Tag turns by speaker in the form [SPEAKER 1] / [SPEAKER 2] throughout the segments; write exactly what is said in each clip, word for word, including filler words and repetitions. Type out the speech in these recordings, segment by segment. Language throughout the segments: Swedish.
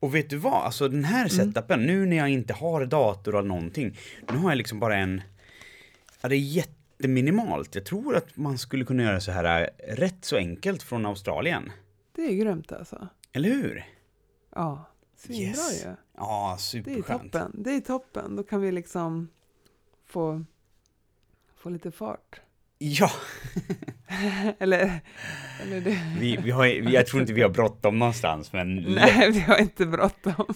[SPEAKER 1] Och vet du vad? Alltså den här setupen, mm. nu när jag inte har dator eller någonting, nu har jag liksom bara en... Ja, det är jätteminimalt. Jag tror att man skulle kunna göra så här rätt så enkelt från Australien.
[SPEAKER 2] Det är grymt alltså.
[SPEAKER 1] Eller hur?
[SPEAKER 2] Ja, svinbra
[SPEAKER 1] yes.
[SPEAKER 2] ju.
[SPEAKER 1] Ja, superskönt.
[SPEAKER 2] Det är toppen. Det är toppen. Då kan vi liksom få, få lite fart.
[SPEAKER 1] Ja.
[SPEAKER 2] eller, eller det.
[SPEAKER 1] Vi, vi har, vi, jag tror inte vi har bråttom någonstans, men...
[SPEAKER 2] Nej, vi har inte bråttom.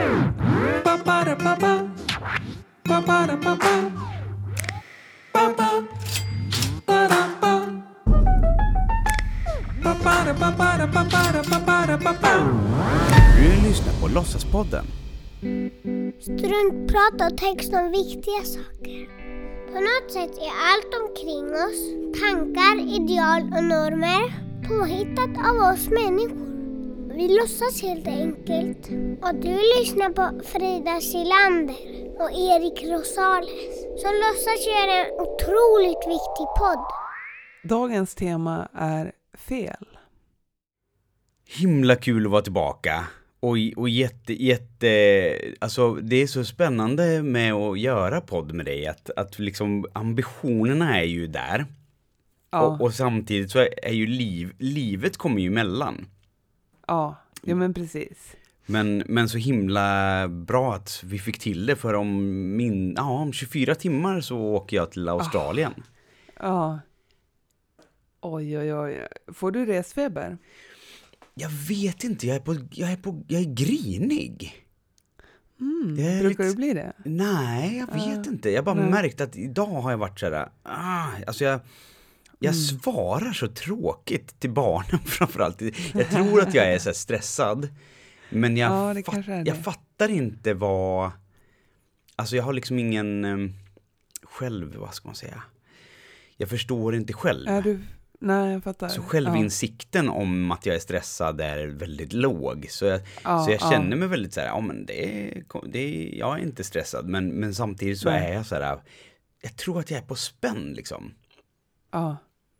[SPEAKER 1] Du lyssnar på Låtsaspodden.
[SPEAKER 3] Struntprat och text om viktiga saker. På något sätt är allt omkring oss, tankar, ideal och normer, påhittat av oss människor. Vi låtsas helt enkelt. Och du lyssnar på Frida Silander och Erik Rosales, som låtsas göra en otroligt viktig podd.
[SPEAKER 2] Dagens tema är fel.
[SPEAKER 1] Himla kul att vara tillbaka. Och, och jätte, jätte, alltså det är så spännande med att göra podd med dig. Att, att liksom ambitionerna är ju där.
[SPEAKER 2] Ja.
[SPEAKER 1] Och, och samtidigt så är ju liv, livet kommer ju emellan.
[SPEAKER 2] Ja, ja men precis.
[SPEAKER 1] Men, men så himla bra att vi fick till det, för om, min, ja, om tjugofyra timmar så åker jag till Australien.
[SPEAKER 2] Ja. Oj, oj, oj. Får du resfeber?
[SPEAKER 1] Jag vet inte, jag är, på, jag är, på, jag är grinig.
[SPEAKER 2] Mm,
[SPEAKER 1] jag är
[SPEAKER 2] brukar
[SPEAKER 1] lite,
[SPEAKER 2] du bli det?
[SPEAKER 1] Nej, jag vet uh, inte. Jag har bara nej. märkt att idag har jag varit så där, ah, alltså jag, jag mm. svarar så tråkigt till barnen framförallt. Jag tror att jag är så här stressad. Men jag,
[SPEAKER 2] ja, det
[SPEAKER 1] fatt,
[SPEAKER 2] det.
[SPEAKER 1] jag fattar inte vad... Alltså jag har liksom ingen um, själv, vad ska man säga? Jag förstår inte själv.
[SPEAKER 2] Är du... Nej, jag fattar.
[SPEAKER 1] Så självinsikten ja. om att jag är stressad är väldigt låg. Så jag,
[SPEAKER 2] ja,
[SPEAKER 1] så jag känner
[SPEAKER 2] ja.
[SPEAKER 1] mig väldigt så här, ja men det är, det är, jag är inte stressad. Men, men samtidigt så Nej. är jag så här, jag tror att jag är på spänn liksom.
[SPEAKER 2] Ja.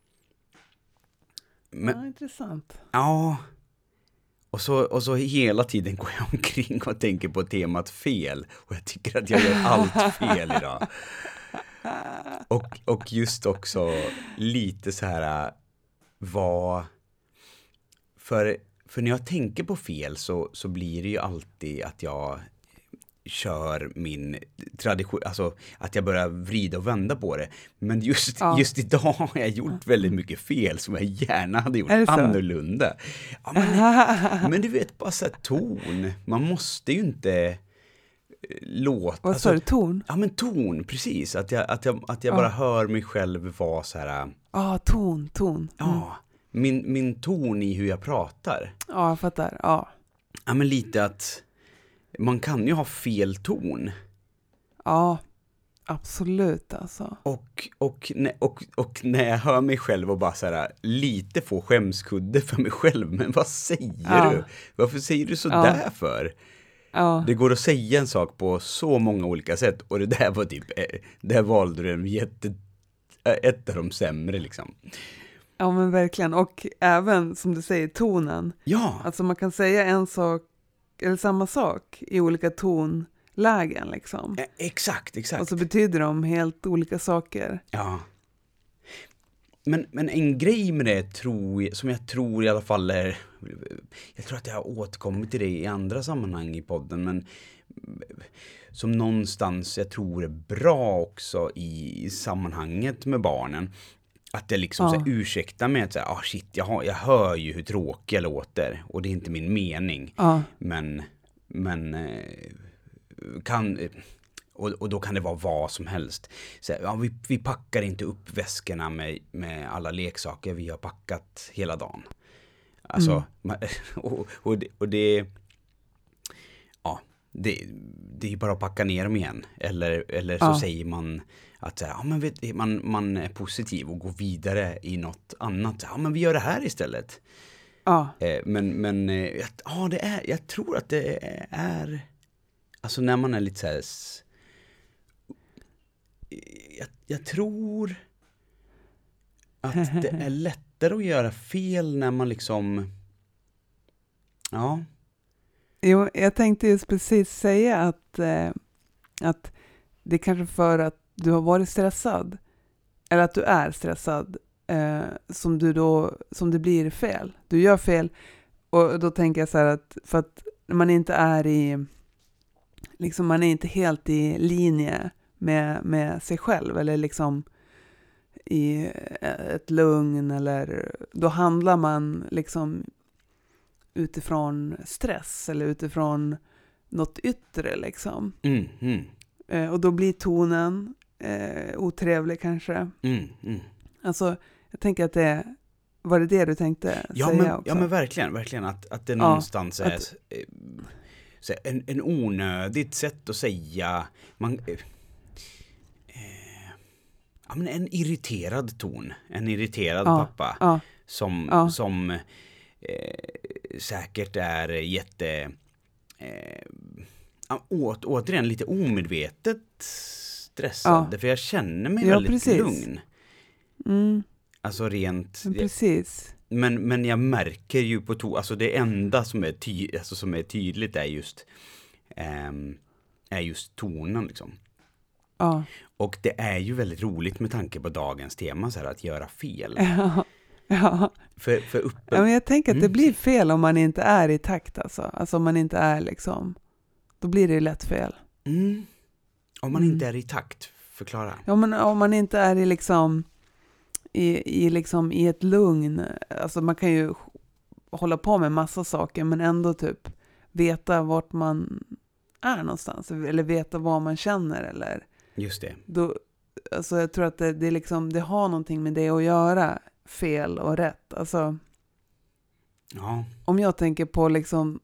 [SPEAKER 1] Men,
[SPEAKER 2] ja, intressant.
[SPEAKER 1] Ja. Och så, och så hela tiden går jag omkring och tänker på temat fel. Och jag tycker att jag gör allt fel idag. Och, och just också lite så här vad för, för när jag tänker på fel så, så blir det ju alltid att jag kör min tradition, alltså att jag börjar vrida och vända på det. Men just, ja. just idag har jag gjort väldigt mycket fel som jag gärna hade gjort annorlunda. Ja, men, men du vet, bara så här ton. Man måste ju inte låt.
[SPEAKER 2] Vad sa du, ton?
[SPEAKER 1] Ja, men ton, precis. Att jag, att jag, att jag ja. bara hör mig själv vara så här...
[SPEAKER 2] Ja, ah, ton, ton. Mm.
[SPEAKER 1] Ja, min, min ton i hur jag pratar.
[SPEAKER 2] Ja, jag fattar, ja.
[SPEAKER 1] Ja, men lite att man kan ju ha fel ton.
[SPEAKER 2] Ja, absolut alltså.
[SPEAKER 1] Och, och, och, och när jag hör mig själv och bara så här, lite få skämskudde för mig själv. Men vad säger ja. du? Varför säger du så ja. där för? Ja. Det går att säga en sak på så många olika sätt. Och det där var typ, där valde du en jätte, ett av de sämre liksom.
[SPEAKER 2] Ja, men verkligen. Och även, som du säger, tonen.
[SPEAKER 1] Ja.
[SPEAKER 2] Alltså man kan säga en sak, eller samma sak i olika tonlägen liksom.
[SPEAKER 1] Ja, exakt, exakt.
[SPEAKER 2] Och så betyder de helt olika saker.
[SPEAKER 1] Ja. Men, men en grej med det tror, som jag tror i alla fall är, jag tror att jag har återkommit till det i andra sammanhang i podden, men som någonstans jag tror är bra också i sammanhanget med barnen, att jag liksom ja. så ursäktar mig att säga, ah shit, jag, har, jag hör ju hur tråkig jag låter och det är inte min mening.
[SPEAKER 2] Ja.
[SPEAKER 1] Men, men kan... Och, och då kan det vara vad som helst. Så, ja, vi, vi packar inte upp väskorna med, med alla leksaker vi har packat hela dagen. Alltså, mm. och, och, det, och det... Ja, det, det är bara att packa ner dem igen. Eller, eller så ja. säger man att ja, men vet, man, man är positiv och går vidare i något annat. Ja, men vi gör det här istället.
[SPEAKER 2] Ja.
[SPEAKER 1] Men, men ja, det är, jag tror att det är... Alltså när man är lite så här... Jag, jag tror att det är lättare att göra fel när man liksom, ja.
[SPEAKER 2] Jo, jag tänkte just precis säga att, eh, att det är kanske för att du har varit stressad, eller att du är stressad, eh, som, du då, som det blir fel. Du gör fel, och då tänker jag så här att för att man inte är i, liksom man är inte helt i linje med, med sig själv, eller liksom i ett lugn, eller då handlar man liksom utifrån stress eller utifrån något yttre liksom.
[SPEAKER 1] Mm, mm.
[SPEAKER 2] Eh, och då blir tonen eh, otrevlig kanske.
[SPEAKER 1] Mm, mm.
[SPEAKER 2] Alltså, jag tänker att det var det det du tänkte
[SPEAKER 1] ja,
[SPEAKER 2] säga
[SPEAKER 1] men,
[SPEAKER 2] också?
[SPEAKER 1] Ja, men verkligen, verkligen att, att det
[SPEAKER 2] Ja,
[SPEAKER 1] någonstans är
[SPEAKER 2] att,
[SPEAKER 1] eh, så en, en onödigt sätt att säga man, eh, eh, ja, men en irriterad ton, en irriterad
[SPEAKER 2] ja,
[SPEAKER 1] pappa
[SPEAKER 2] ja,
[SPEAKER 1] som,
[SPEAKER 2] ja.
[SPEAKER 1] som eh, säkert är jätte eh, åt, återigen lite omedvetet stressad,
[SPEAKER 2] Ja.
[SPEAKER 1] för jag känner mig
[SPEAKER 2] Ja,
[SPEAKER 1] väldigt
[SPEAKER 2] precis.
[SPEAKER 1] lugn.
[SPEAKER 2] Mm,
[SPEAKER 1] Alltså rent...
[SPEAKER 2] men precis.
[SPEAKER 1] Men, men jag märker ju på to... Alltså det enda som är, ty, alltså som är tydligt är just... Um, är just tonen liksom.
[SPEAKER 2] Ja.
[SPEAKER 1] Och det är ju väldigt roligt med tanke på dagens tema så här, att göra fel.
[SPEAKER 2] Ja. Ja.
[SPEAKER 1] För, för uppe...
[SPEAKER 2] Ja, men jag tänker att det
[SPEAKER 1] Mm.
[SPEAKER 2] blir fel om man inte är i takt alltså. Alltså om man inte är liksom... Då blir det ju lätt fel.
[SPEAKER 1] Mm. Om man
[SPEAKER 2] Mm.
[SPEAKER 1] inte är i takt, förklara.
[SPEAKER 2] Ja, men om man inte är i liksom... I, i, liksom, i ett lugn. Alltså man kan ju hålla på med massa saker, men ändå typ veta vart man är någonstans. Eller veta vad man känner. Eller,
[SPEAKER 1] Just det.
[SPEAKER 2] då, alltså jag tror att det, det, liksom, det har någonting med det att göra. Fel och rätt. Alltså,
[SPEAKER 1] Ja.
[SPEAKER 2] om jag tänker på liksom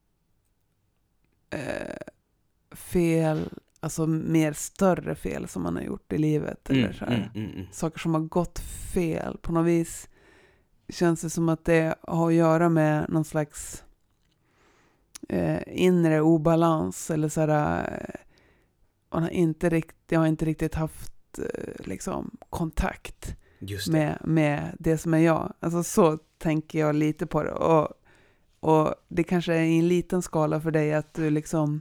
[SPEAKER 2] eh, fel, alltså mer större fel som man har gjort i livet.
[SPEAKER 1] Mm,
[SPEAKER 2] Eller så här.
[SPEAKER 1] mm, mm, mm.
[SPEAKER 2] Saker som har gått fel. På något vis känns det som att det har att göra med någon slags eh, inre obalans. Eller så här, eh, man har inte rikt, jag har inte riktigt haft eh, liksom, kontakt
[SPEAKER 1] Just det.
[SPEAKER 2] med, med det som är jag. Alltså så tänker jag lite på det. Och, och det kanske är i en liten skala för dig att du liksom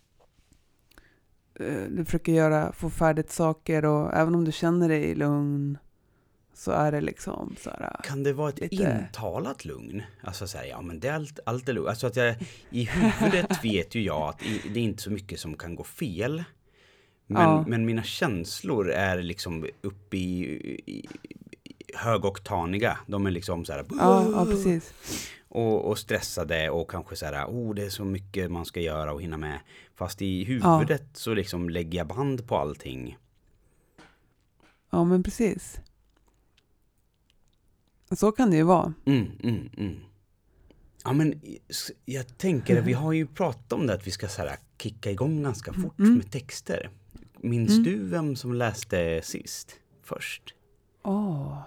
[SPEAKER 2] du försöker göra, få färdigt saker, och även om du känner dig lugn så är det liksom så här,
[SPEAKER 1] Kan det vara ett
[SPEAKER 2] lite...
[SPEAKER 1] intalat lugn? Alltså så här, ja men det är allt, allt är lugn. Alltså att jag i huvudet vet ju jag att det är inte så mycket som kan gå fel. Men,
[SPEAKER 2] Ja.
[SPEAKER 1] men mina känslor är liksom uppe i, i, i högoktaniga. De är liksom så här...
[SPEAKER 2] Ja, ja precis.
[SPEAKER 1] Och, och stressade och kanske så här, oh det är så mycket man ska göra och hinna med. Fast i huvudet ja. så liksom lägger jag band på allting.
[SPEAKER 2] Ja, men precis. Så kan det ju vara.
[SPEAKER 1] Mm, mm, mm. Ja, men jag tänker, vi har ju pratat om det att vi ska så här kicka igång ganska fort
[SPEAKER 2] mm.
[SPEAKER 1] med texter. Minns
[SPEAKER 2] mm.
[SPEAKER 1] du vem som läste sist? Först?
[SPEAKER 2] Åh.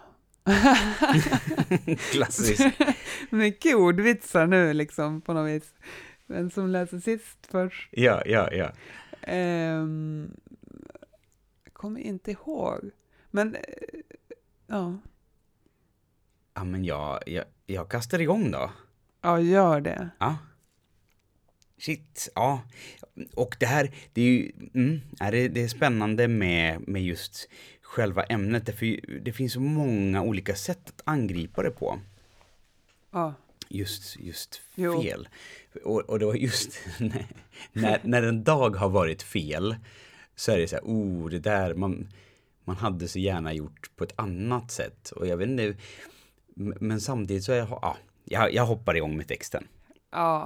[SPEAKER 1] Klassiskt.
[SPEAKER 2] Mycket ordvitsar nu liksom på något vis. Vem som läser sist först?
[SPEAKER 1] Ja, ja, ja.
[SPEAKER 2] Um, jag kommer inte ihåg. Men, uh, ja.
[SPEAKER 1] Ja, men jag, jag, jag kastar igång då.
[SPEAKER 2] Ja, gör det.
[SPEAKER 1] Ja. Shit, ja. Och det här, det är ju mm, är det, det är spännande med, med just själva ämnet. För det finns så många olika sätt att angripa det på.
[SPEAKER 2] Ja.
[SPEAKER 1] Just, just
[SPEAKER 2] Jo.
[SPEAKER 1] fel. Och, och det var just när, när en dag har varit fel så är det så här, oh, det där man, man hade så gärna gjort på ett annat sätt. Och jag vet inte, men samtidigt så är jag, ja, jag, jag hoppar igång med texten.
[SPEAKER 2] Ja.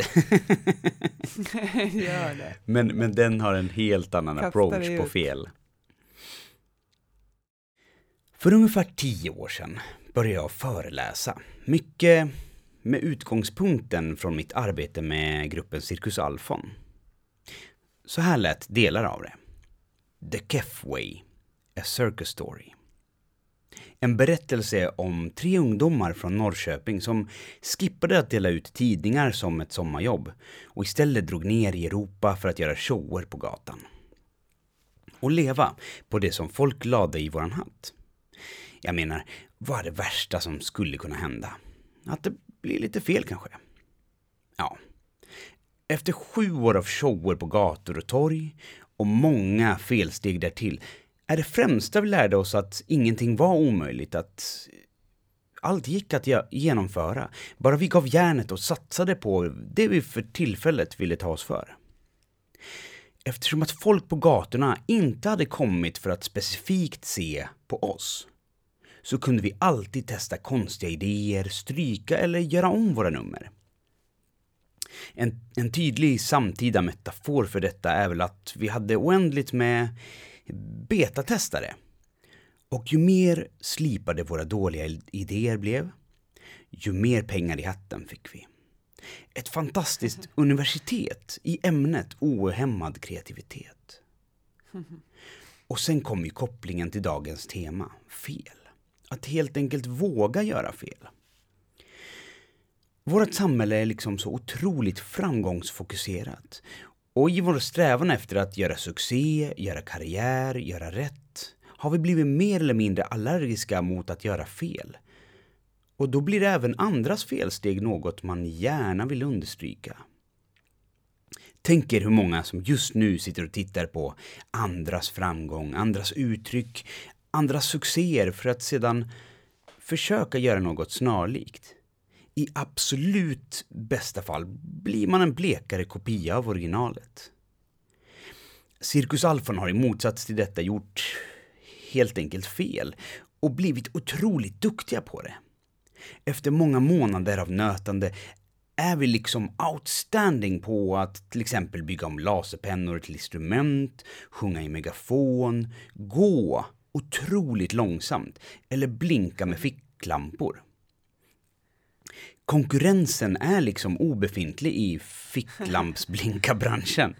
[SPEAKER 2] Gör det.
[SPEAKER 1] Men, men den har en helt annan
[SPEAKER 2] Kastar
[SPEAKER 1] approach på
[SPEAKER 2] ut.
[SPEAKER 1] fel. För ungefär tio år sedan började jag föreläsa. Mycket med utgångspunkten från mitt arbete med gruppen Cirkus Alfon. Så här lät delar av det. The Keff Way, A Circus Story. En berättelse om tre ungdomar från Norrköping som skippade att dela ut tidningar som ett sommarjobb och istället drog ner i Europa för att göra shower på gatan. Och leva på det som folk lade i våran hatt. Jag menar, vad är det värsta som skulle kunna hända? Att det blir lite fel kanske. Ja. Efter sju år av shower på gator och torg och många felsteg därtill är det främsta vi lärde oss att ingenting var omöjligt, att allt gick att genomföra. Bara vi gav järnet och satsade på det vi för tillfället ville ta oss för. Eftersom att folk på gatorna inte hade kommit för att specifikt se på oss, så kunde vi alltid testa konstiga idéer, stryka eller göra om våra nummer. En, en tydlig samtida metafor för detta är väl att vi hade oändligt med betatestare. Och ju mer slipade våra dåliga idéer blev, ju mer pengar i hatten fick vi. Ett fantastiskt universitet i ämnet ohämmad kreativitet. Och sen kom ju kopplingen till dagens tema, fel. Att helt enkelt våga göra fel. Vårt samhälle är liksom så otroligt framgångsfokuserat. Och i vår strävan efter att göra succé, göra karriär, göra rätt, har vi blivit mer eller mindre allergiska mot att göra fel. Och då blir även andras felsteg något man gärna vill understryka. Tänk er hur många som just nu sitter och tittar på andras framgång, andras uttryck, andras succéer för att sedan försöka göra något snarlikt. I absolut bästa fall blir man en blekare kopia av originalet. Cirkus Alfon har i motsats till detta gjort helt enkelt fel och blivit otroligt duktiga på det. Efter många månader av nötande är vi liksom outstanding på att till exempel bygga om laserpennor till instrument, sjunga i megafon, gå otroligt långsamt eller blinka med ficklampor. Konkurrensen är liksom obefintlig i ficklampsblinka-branschen.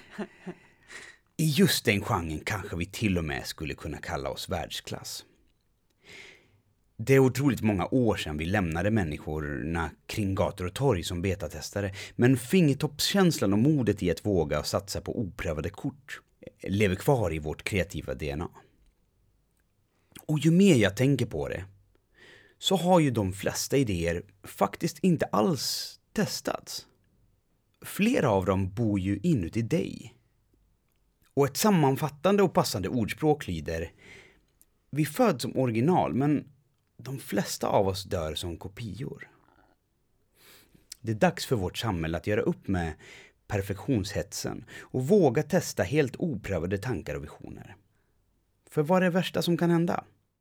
[SPEAKER 1] I just den genren kanske vi till och med skulle kunna kalla oss världsklass. Det är otroligt många år sedan vi lämnade människorna kring gator och torg som betatestare, men fingertoppskänslan och modet i att våga och satsa på oprövade kort lever kvar i vårt kreativa D N A. Och ju mer jag tänker på det, så har ju de flesta idéer faktiskt inte alls testats. Flera av dem bor ju inuti dig. Och ett sammanfattande och passande ordspråk lyder: vi föds som original, men de flesta av oss dör som kopior. Det är dags för vårt samhälle att göra upp med perfektionshetsen och våga testa helt oprövade tankar och visioner. För vad är det värsta som kan hända?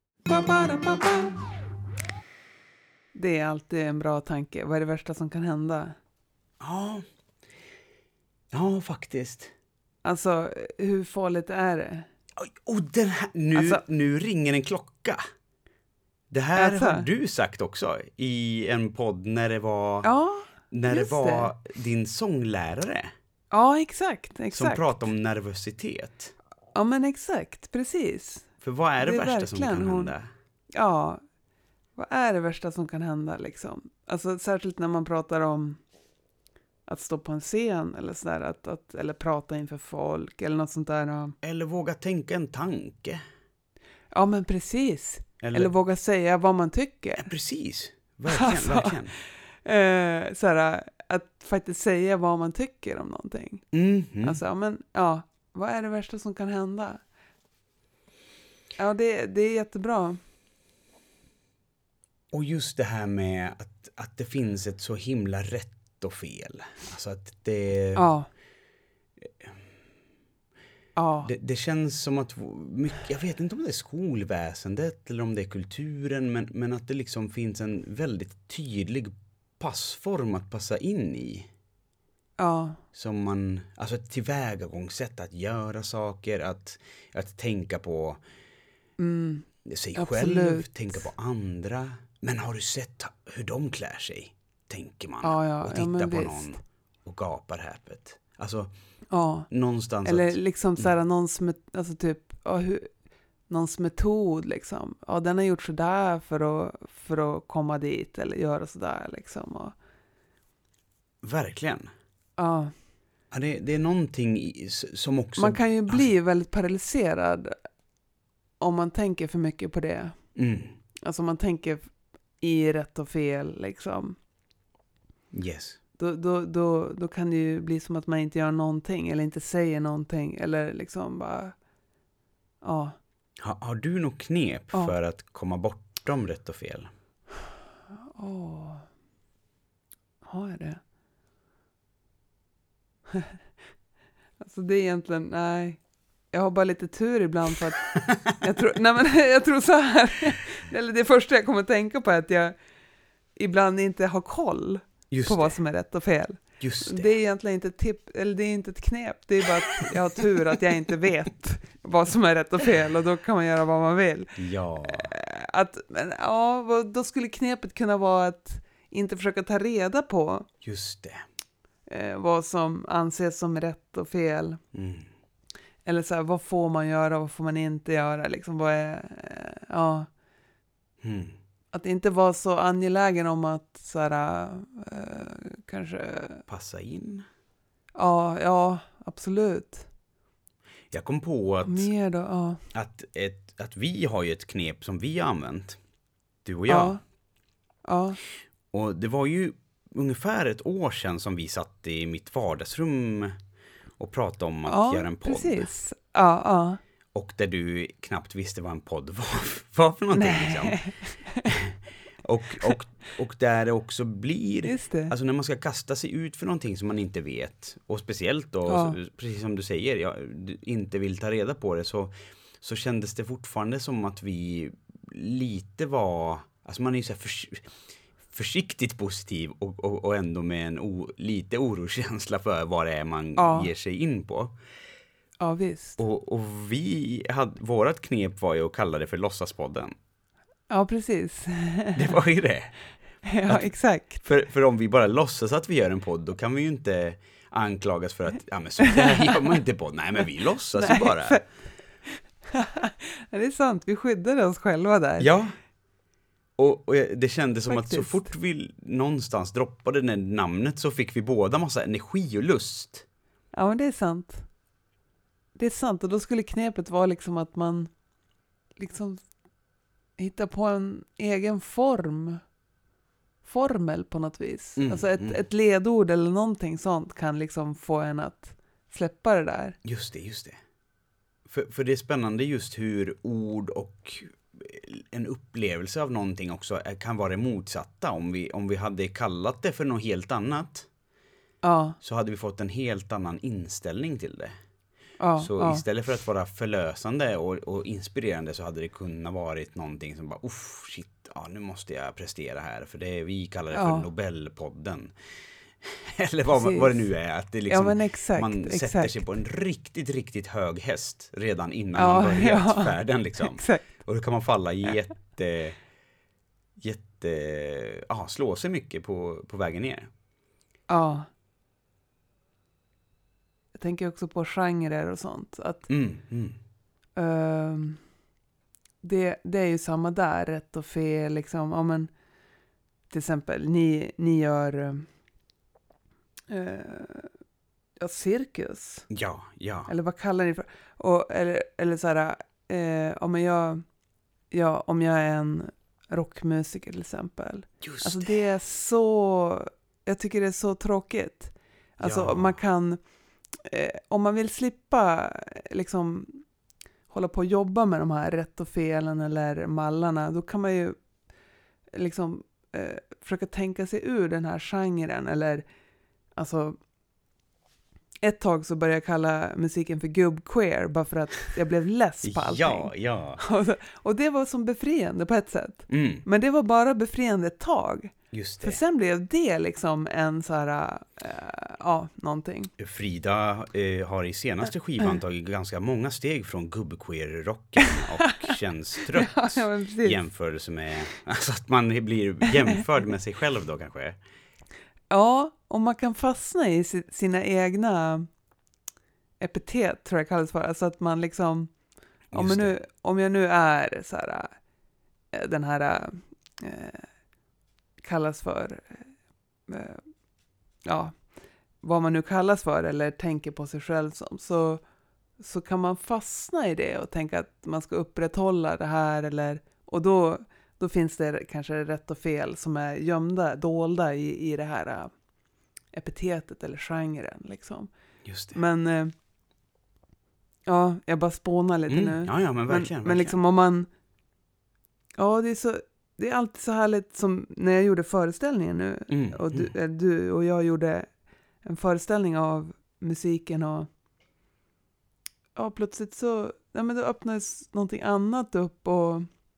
[SPEAKER 2] Det är alltid en bra tanke. Vad är det värsta som kan hända?
[SPEAKER 1] Ja, ja faktiskt.
[SPEAKER 2] Alltså, hur farligt är det?
[SPEAKER 1] Och den här, nu, alltså, nu ringer en klocka. Det här alltså. Har du sagt också i en podd när det var,
[SPEAKER 2] ja,
[SPEAKER 1] när det var det. Din sånglärare.
[SPEAKER 2] Ja, exakt, exakt.
[SPEAKER 1] Som pratade om nervositet.
[SPEAKER 2] Ja, men exakt, precis.
[SPEAKER 1] För vad är det, det är värsta som kan hon, hända?
[SPEAKER 2] Ja, vad är det värsta som kan hända liksom? Alltså särskilt när man pratar om att stå på en scen eller sådär, att, att, eller prata inför folk eller något sånt där.
[SPEAKER 1] Eller våga tänka en tanke.
[SPEAKER 2] Ja, men precis.
[SPEAKER 1] Eller,
[SPEAKER 2] eller våga säga vad man tycker.
[SPEAKER 1] Ja, precis, verkligen, alltså, verkligen.
[SPEAKER 2] Eh, såhär, att faktiskt säga vad man tycker om någonting.
[SPEAKER 1] Mm-hmm.
[SPEAKER 2] Alltså, men ja, vad är det värsta som kan hända? Ja, det, det är jättebra.
[SPEAKER 1] Och just det här med att, att det finns ett så himla rätt och fel. Alltså att det...
[SPEAKER 2] Ja. Ja.
[SPEAKER 1] Det, det känns som att mycket, jag vet inte om det är skolväsendet eller om det är kulturen, men, men att det liksom finns en väldigt tydlig passform att passa in i.
[SPEAKER 2] Ja.
[SPEAKER 1] Som man, alltså ett tillvägagångssätt att göra saker, att, att tänka på
[SPEAKER 2] mm.
[SPEAKER 1] sig
[SPEAKER 2] Absolut.
[SPEAKER 1] själv, tänka på andra. Men har du sett hur de klär sig? Tänker man.
[SPEAKER 2] Ja, ja.
[SPEAKER 1] Och tittar
[SPEAKER 2] ja,
[SPEAKER 1] på
[SPEAKER 2] visst.
[SPEAKER 1] någon och gapar häpet. Alltså,
[SPEAKER 2] ja.
[SPEAKER 1] någonstans
[SPEAKER 2] eller
[SPEAKER 1] att,
[SPEAKER 2] liksom så här, någons, met- alltså typ, ja, hur, någons metod liksom. Ja, den har gjort sådär för att, för att komma dit eller göra sådär liksom. Och,
[SPEAKER 1] verkligen.
[SPEAKER 2] ja.
[SPEAKER 1] Ja, det, det är någonting i, som också...
[SPEAKER 2] Man kan ju bli
[SPEAKER 1] alltså,
[SPEAKER 2] väldigt paralyserad om man tänker för mycket på det.
[SPEAKER 1] Mm.
[SPEAKER 2] Alltså man tänker i rätt och fel liksom.
[SPEAKER 1] Yes.
[SPEAKER 2] då, då, då, då kan det ju bli som att man inte gör någonting eller inte säger någonting eller liksom bara, ja.
[SPEAKER 1] Ha, har du något knep
[SPEAKER 2] ja.
[SPEAKER 1] för att komma bortom rätt och fel?
[SPEAKER 2] Åh, oh. Har jag det? Alltså det är egentligen, nej. Jag har bara lite tur ibland för att jag tror, nej men jag tror så här, eller det första jag kommer att tänka på är att jag ibland inte har koll
[SPEAKER 1] Just
[SPEAKER 2] på
[SPEAKER 1] det.
[SPEAKER 2] vad som är rätt och fel.
[SPEAKER 1] Just det.
[SPEAKER 2] Det är egentligen inte ett tipp, eller det är inte ett knep, det är bara att jag har tur att jag inte vet vad som är rätt och fel och då kan man göra vad man vill.
[SPEAKER 1] Ja.
[SPEAKER 2] Att, men, ja, då skulle knepet kunna vara att inte försöka ta reda på
[SPEAKER 1] Just det.
[SPEAKER 2] eh, vad som anses som rätt och fel.
[SPEAKER 1] Mm.
[SPEAKER 2] Eller så här, vad får man göra, vad får man inte göra, liksom, vad är, eh, ja.
[SPEAKER 1] Mm.
[SPEAKER 2] Att inte vara så angelägen om att så här, eh, kanske...
[SPEAKER 1] Passa in.
[SPEAKER 2] Ja, ja, absolut.
[SPEAKER 1] Jag kom på att,
[SPEAKER 2] Mer då, ja.
[SPEAKER 1] att, ett, att vi har ju ett knep som vi har använt. Du och jag.
[SPEAKER 2] Ja. Ja.
[SPEAKER 1] Och det var ju ungefär ett år sedan som vi satt i mitt vardagsrum och pratade om att
[SPEAKER 2] Ja,
[SPEAKER 1] göra en podd.
[SPEAKER 2] precis. Ja, ja.
[SPEAKER 1] Och där du knappt visste vad en podd var, var för någonting. Liksom. och, och, och där det också blir,
[SPEAKER 2] Just det.
[SPEAKER 1] alltså när man ska kasta sig ut för någonting som man inte vet, och speciellt då,
[SPEAKER 2] Ja.
[SPEAKER 1] så, precis som du säger, jag inte vill ta reda på det, så, så kändes det fortfarande som att vi lite var, alltså man är ju så här förs- försiktigt positiv och, och, och ändå med en o, lite oroskänsla för vad det är man
[SPEAKER 2] Ja.
[SPEAKER 1] ger sig in på.
[SPEAKER 2] Ja, visst.
[SPEAKER 1] Och, och vi hade, vårat knep var ju att kalla det för låtsaspodden.
[SPEAKER 2] Ja, precis.
[SPEAKER 1] Det var ju det.
[SPEAKER 2] Ja,
[SPEAKER 1] Att-
[SPEAKER 2] exakt.
[SPEAKER 1] För, för om vi bara låtsas att vi gör en podd, då kan vi ju inte anklagas för att, ja men så där gör man inte podd. Nej, men vi låtsas ju bara.
[SPEAKER 2] För... Ja, det är sant, vi skyddade oss själva där.
[SPEAKER 1] Ja. Och, och det kändes som att så
[SPEAKER 2] Faktiskt.
[SPEAKER 1] fort vi någonstans droppade det namnet så fick vi båda massa energi och lust.
[SPEAKER 2] Ja, men det är sant. Det är sant, och då skulle knepet vara liksom att man liksom hittar på en egen form. Formel på något vis.
[SPEAKER 1] Mm,
[SPEAKER 2] alltså ett,
[SPEAKER 1] mm.
[SPEAKER 2] ett ledord eller någonting sånt kan liksom få en att släppa det där.
[SPEAKER 1] Just det, just det. För, för det är spännande just hur ord och en upplevelse av någonting också är- kan vara det motsatta. Om vi, om vi hade kallat det för något helt annat,
[SPEAKER 2] Ja,
[SPEAKER 1] så hade vi fått en helt annan inställning till det.
[SPEAKER 2] ja,
[SPEAKER 1] Så
[SPEAKER 2] ja.
[SPEAKER 1] istället för att vara förlösande och, och inspirerande, så hade det kunnat varit någonting som bara, uff, shit, ja, nu måste jag prestera här, för det vi kallar det
[SPEAKER 2] Ja.
[SPEAKER 1] för Nobelpodden. Eller vad,
[SPEAKER 2] Precis.
[SPEAKER 1] vad det nu är, att det liksom,
[SPEAKER 2] Ja, men exakt,
[SPEAKER 1] man sätter
[SPEAKER 2] exakt.
[SPEAKER 1] sig på en riktigt, riktigt hög häst redan innan
[SPEAKER 2] Ja,
[SPEAKER 1] man börjat
[SPEAKER 2] ja.
[SPEAKER 1] färden liksom.
[SPEAKER 2] Exakt.
[SPEAKER 1] Och då kan man falla jätte, jätte, ja, slå sig mycket på, på vägen ner.
[SPEAKER 2] Ja. Jag tänker också på genrer och sånt. Att
[SPEAKER 1] Mm, mm.
[SPEAKER 2] ehm, det, det är ju samma där, rätt och fel. Liksom. Ja, men, till exempel, ni, ni gör eh, ja, cirkus.
[SPEAKER 1] Ja, ja.
[SPEAKER 2] Eller vad kallar ni för? Och, eller, eller så här, eh, om, jag, ja, om jag är en rockmusiker till exempel.
[SPEAKER 1] Just
[SPEAKER 2] Alltså
[SPEAKER 1] det.
[SPEAKER 2] det är så, jag tycker det är så tråkigt. Alltså
[SPEAKER 1] Ja.
[SPEAKER 2] man kan, eh, om man vill slippa eh, liksom hålla på och jobba med de här rätt och felen eller mallarna, då kan man ju liksom eh, försöka tänka sig ur den här genren. Eller alltså, ett tag så började jag kalla musiken för gubbqueer bara för att jag blev less på allting.
[SPEAKER 1] Ja, ja.
[SPEAKER 2] Och, så- och det var som befriande på ett sätt.
[SPEAKER 1] Mm,
[SPEAKER 2] Men det var bara befriande ett tag.
[SPEAKER 1] just
[SPEAKER 2] För
[SPEAKER 1] det.
[SPEAKER 2] sen blev det liksom en så här, äh, ja, någonting.
[SPEAKER 1] Frida eh, har i senaste skivan tagit ganska många steg från gubbqueer-rocken och känns trött
[SPEAKER 2] Ja, ja, men
[SPEAKER 1] i
[SPEAKER 2] precis.
[SPEAKER 1] jämförelse med, alltså att man blir jämförd med sig själv då kanske.
[SPEAKER 2] Ja, och man kan fastna i si- sina egna epitet, tror jag kallas för. Alltså att man liksom, om jag
[SPEAKER 1] Just
[SPEAKER 2] nu, om jag nu är så här, äh, den här, äh, kallas för, äh, ja, vad man nu kallas för eller tänker på sig själv som, så, så kan man fastna i det och tänka att man ska upprätthålla det här, eller, och då, då finns det kanske rätt och fel som är gömda, dolda i, i det här epitetet eller genren liksom.
[SPEAKER 1] Just det.
[SPEAKER 2] Men eh, ja, jag bara spånar lite
[SPEAKER 1] Mm,
[SPEAKER 2] nu.
[SPEAKER 1] ja, ja, men verkligen.
[SPEAKER 2] Men,
[SPEAKER 1] verkligen.
[SPEAKER 2] men liksom om man, ja det är så, det är alltid så härligt som när jag gjorde föreställningen nu
[SPEAKER 1] Mm,
[SPEAKER 2] och du,
[SPEAKER 1] mm.
[SPEAKER 2] eh, du och jag gjorde en föreställning av musiken och ja, plötsligt så, ja, men då öppnades någonting annat upp och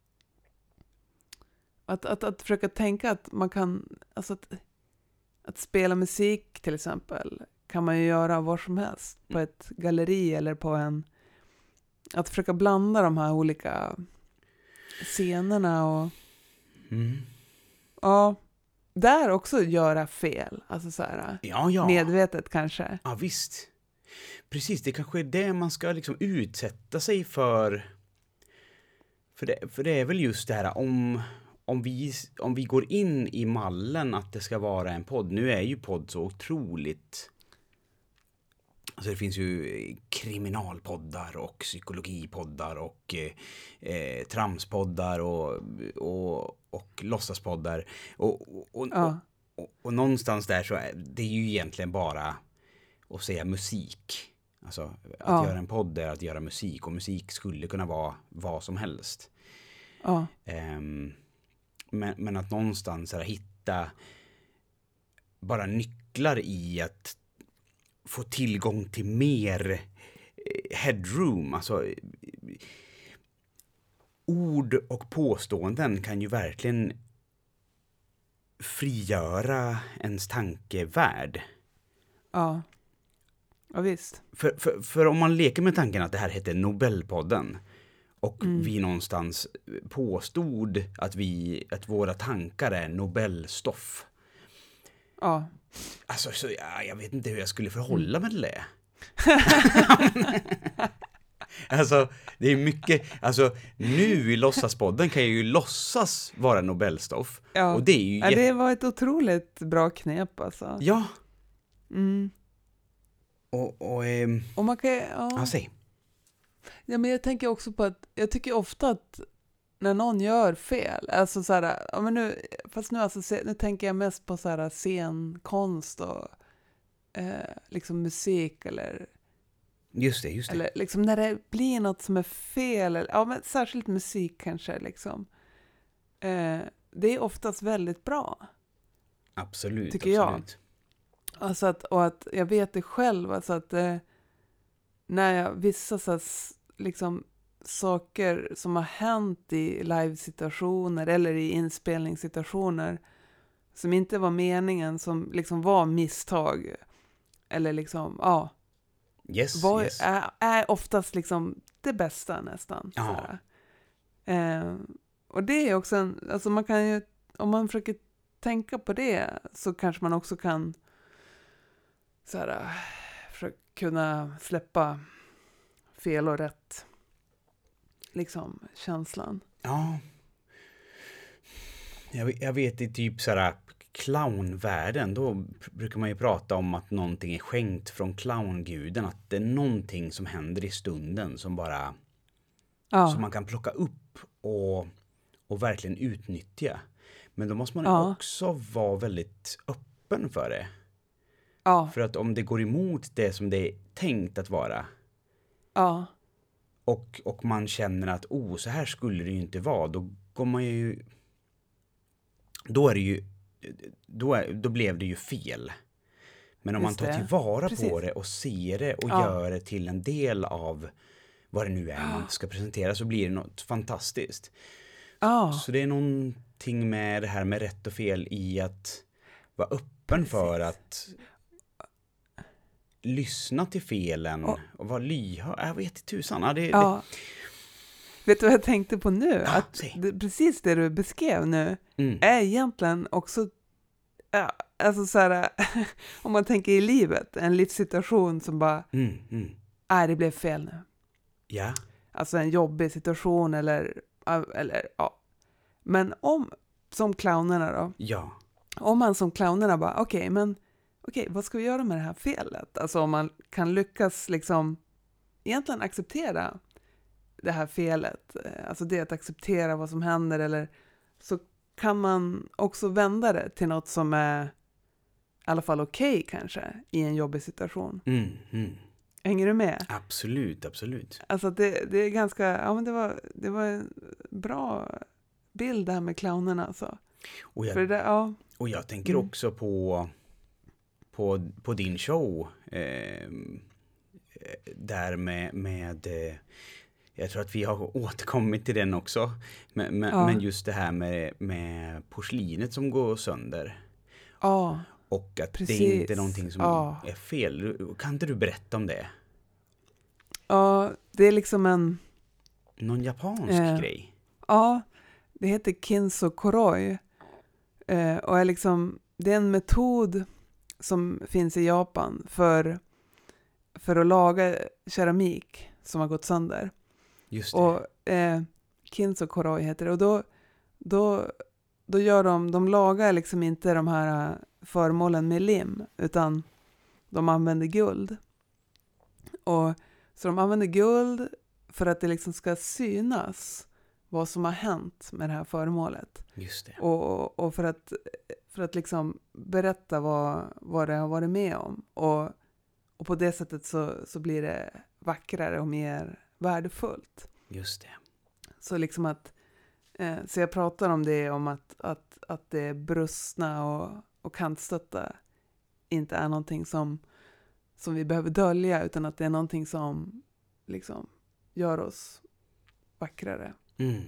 [SPEAKER 2] att, att, att försöka tänka att man kan, alltså att, att spela musik till exempel kan man ju göra var som helst på ett galleri eller på en, att försöka blanda de här olika scenerna och
[SPEAKER 1] Mm.
[SPEAKER 2] ja, där också göra fel, alltså så här
[SPEAKER 1] Ja, ja.
[SPEAKER 2] medvetet kanske.
[SPEAKER 1] Ja, visst. Precis, det kanske är det man ska liksom utsätta sig för. För det, för det är väl just det här om, om, vi, om vi går in i mallen att det ska vara en podd. Nu är ju podd så otroligt... Alltså det finns ju kriminalpoddar och psykologipoddar och eh, tramspoddar och, och, och låtsaspoddar. Och, och, och,
[SPEAKER 2] Ja.
[SPEAKER 1] och, och, och någonstans där så är det är ju egentligen bara att säga musik. Alltså att
[SPEAKER 2] Ja.
[SPEAKER 1] göra en podd är att göra musik och musik skulle kunna vara vad som helst.
[SPEAKER 2] Ja,
[SPEAKER 1] Um, men, men att någonstans här, hitta bara nycklar i att få tillgång till mer eh, headroom. Alltså eh, ord och påståenden kan ju verkligen frigöra ens tankevärld.
[SPEAKER 2] ja. Ja, visst.
[SPEAKER 1] För, för, för om man leker med tanken att det här heter Nobelpodden och
[SPEAKER 2] Mm.
[SPEAKER 1] vi någonstans påstod att, vi, att våra tankar är Nobelstoff.
[SPEAKER 2] Ja.
[SPEAKER 1] Alltså, så, ja, jag vet inte hur jag skulle förhålla mig till det. Alltså, det är mycket... Alltså, nu i Låtsaspodden kan jag ju låtsas vara Nobelstoff.
[SPEAKER 2] Ja.
[SPEAKER 1] Och det är ju...
[SPEAKER 2] Ja,
[SPEAKER 1] jätte-
[SPEAKER 2] det var ett otroligt bra knep alltså.
[SPEAKER 1] Ja,
[SPEAKER 2] Mm.
[SPEAKER 1] och... och ehm,
[SPEAKER 2] Och man kan, ja.
[SPEAKER 1] ja, säg.
[SPEAKER 2] Ja, men jag tänker också på att, jag tycker ofta att när någon gör fel, alltså så här, ja men nu, fast nu alltså, se- nu tänker jag mest på så här scenkonst och eh, liksom musik eller,
[SPEAKER 1] Just det, just det.
[SPEAKER 2] eller liksom när det blir något som är fel, eller, ja men särskilt musik kanske liksom, eh, det är oftast väldigt bra.
[SPEAKER 1] Absolut,
[SPEAKER 2] tycker jag.
[SPEAKER 1] absolut.
[SPEAKER 2] Alltså att, och att jag vet det själv, alltså att eh, när jag, vissa så här, s- liksom saker som har hänt i live-situationer eller i inspelningssituationer som inte var meningen, som liksom var misstag eller liksom, ja,
[SPEAKER 1] Yes,
[SPEAKER 2] var,
[SPEAKER 1] yes.
[SPEAKER 2] är, är oftast liksom det bästa nästan.
[SPEAKER 1] Ja.
[SPEAKER 2] sådär. Eh, och det är också en, alltså man kan ju, om man försöker tänka på det så kanske man också kan så här, försöka kunna släppa fel och rätt liksom känslan.
[SPEAKER 1] Ja. Jag, vet- jag vet i typ såhär clownvärlden, då brukar man ju prata om att någonting är skänkt från clownguden, att det är någonting som händer i stunden som bara
[SPEAKER 2] Ja,
[SPEAKER 1] som man kan plocka upp och, och verkligen utnyttja. Men då måste man
[SPEAKER 2] Ja.
[SPEAKER 1] också vara väldigt öppen för det.
[SPEAKER 2] ja,
[SPEAKER 1] För att om det går emot det som det är tänkt att vara
[SPEAKER 2] ja,
[SPEAKER 1] och, och man känner att oh, så här skulle det ju inte vara, då går man ju då är det ju då, är, då blev det ju fel. Men om
[SPEAKER 2] Just
[SPEAKER 1] man tar
[SPEAKER 2] det.
[SPEAKER 1] tillvara
[SPEAKER 2] Precis.
[SPEAKER 1] på det och ser det och
[SPEAKER 2] Ja.
[SPEAKER 1] gör det till en del av vad det nu är man ska presentera, så blir det något fantastiskt.
[SPEAKER 2] ja,
[SPEAKER 1] Så det är någonting med det här med rätt och fel i att vara öppen
[SPEAKER 2] Precis.
[SPEAKER 1] för att lyssna till felen och,
[SPEAKER 2] Och-
[SPEAKER 1] vara lyhörd. Jag vet inte tusan. Ja, det, det,
[SPEAKER 2] ja. Vet du vad jag tänkte på nu?
[SPEAKER 1] Ja,
[SPEAKER 2] att
[SPEAKER 1] säg.
[SPEAKER 2] det, precis det du beskrev nu
[SPEAKER 1] mm,
[SPEAKER 2] är egentligen också, ja, alltså så här, om man tänker i livet, en livssituation som bara,
[SPEAKER 1] mm, mm.
[SPEAKER 2] nej det blev fel nu.
[SPEAKER 1] Ja,
[SPEAKER 2] Alltså en jobbig situation eller, eller ja. Men om, som clownerna då,
[SPEAKER 1] ja,
[SPEAKER 2] om man som clownerna bara, okej, men okej, vad ska vi göra med det här felet? Alltså om man kan lyckas liksom egentligen acceptera det här felet, eh, alltså det att acceptera vad som händer, eller så kan man också vända det till något som är, alla fall okej okay, kanske i en jobbig situation.
[SPEAKER 1] Mm, mm.
[SPEAKER 2] Hänger du med?
[SPEAKER 1] Absolut, absolut.
[SPEAKER 2] Alltså det, det är ganska, ja men det var, det var en bra bild där med clownerna alltså.
[SPEAKER 1] Och jag,
[SPEAKER 2] För det, ja.
[SPEAKER 1] och jag tänker
[SPEAKER 2] Mm.
[SPEAKER 1] också på, på, på din show. Eh, där med, med eh, jag tror att vi har återkommit till den också. Men, men,
[SPEAKER 2] Ja.
[SPEAKER 1] men just det här med, med porslinet som går sönder.
[SPEAKER 2] Ja,
[SPEAKER 1] Och att
[SPEAKER 2] precis.
[SPEAKER 1] det inte är någonting som
[SPEAKER 2] Ja.
[SPEAKER 1] är fel. Kan inte du berätta om det?
[SPEAKER 2] ja, det är liksom en,
[SPEAKER 1] Någon japansk
[SPEAKER 2] Eh.
[SPEAKER 1] grej?
[SPEAKER 2] ja, det heter Kinso Koroi. Eh, och är liksom, det är en metod som finns i Japan för, för att laga keramik som har gått sönder.
[SPEAKER 1] Just det.
[SPEAKER 2] Och eh, Kinso Koroi heter det. Och då, då, då gör de, de lagar liksom inte de här eh, föremålen med lim, utan de använder guld. Och så de använder guld för att det liksom ska synas vad som har hänt med det här föremålet.
[SPEAKER 1] Just det.
[SPEAKER 2] Och, och för att, för att liksom berätta vad, vad det har varit med om. Och, och på det sättet så, så blir det vackrare och mer värdefullt.
[SPEAKER 1] Just det.
[SPEAKER 2] Så liksom att, eh, så jag pratar om det, om att, att, att det brustna och, och kantstötta inte är någonting som, som vi behöver dölja, utan att det är någonting som liksom gör oss vackrare.
[SPEAKER 1] Mm.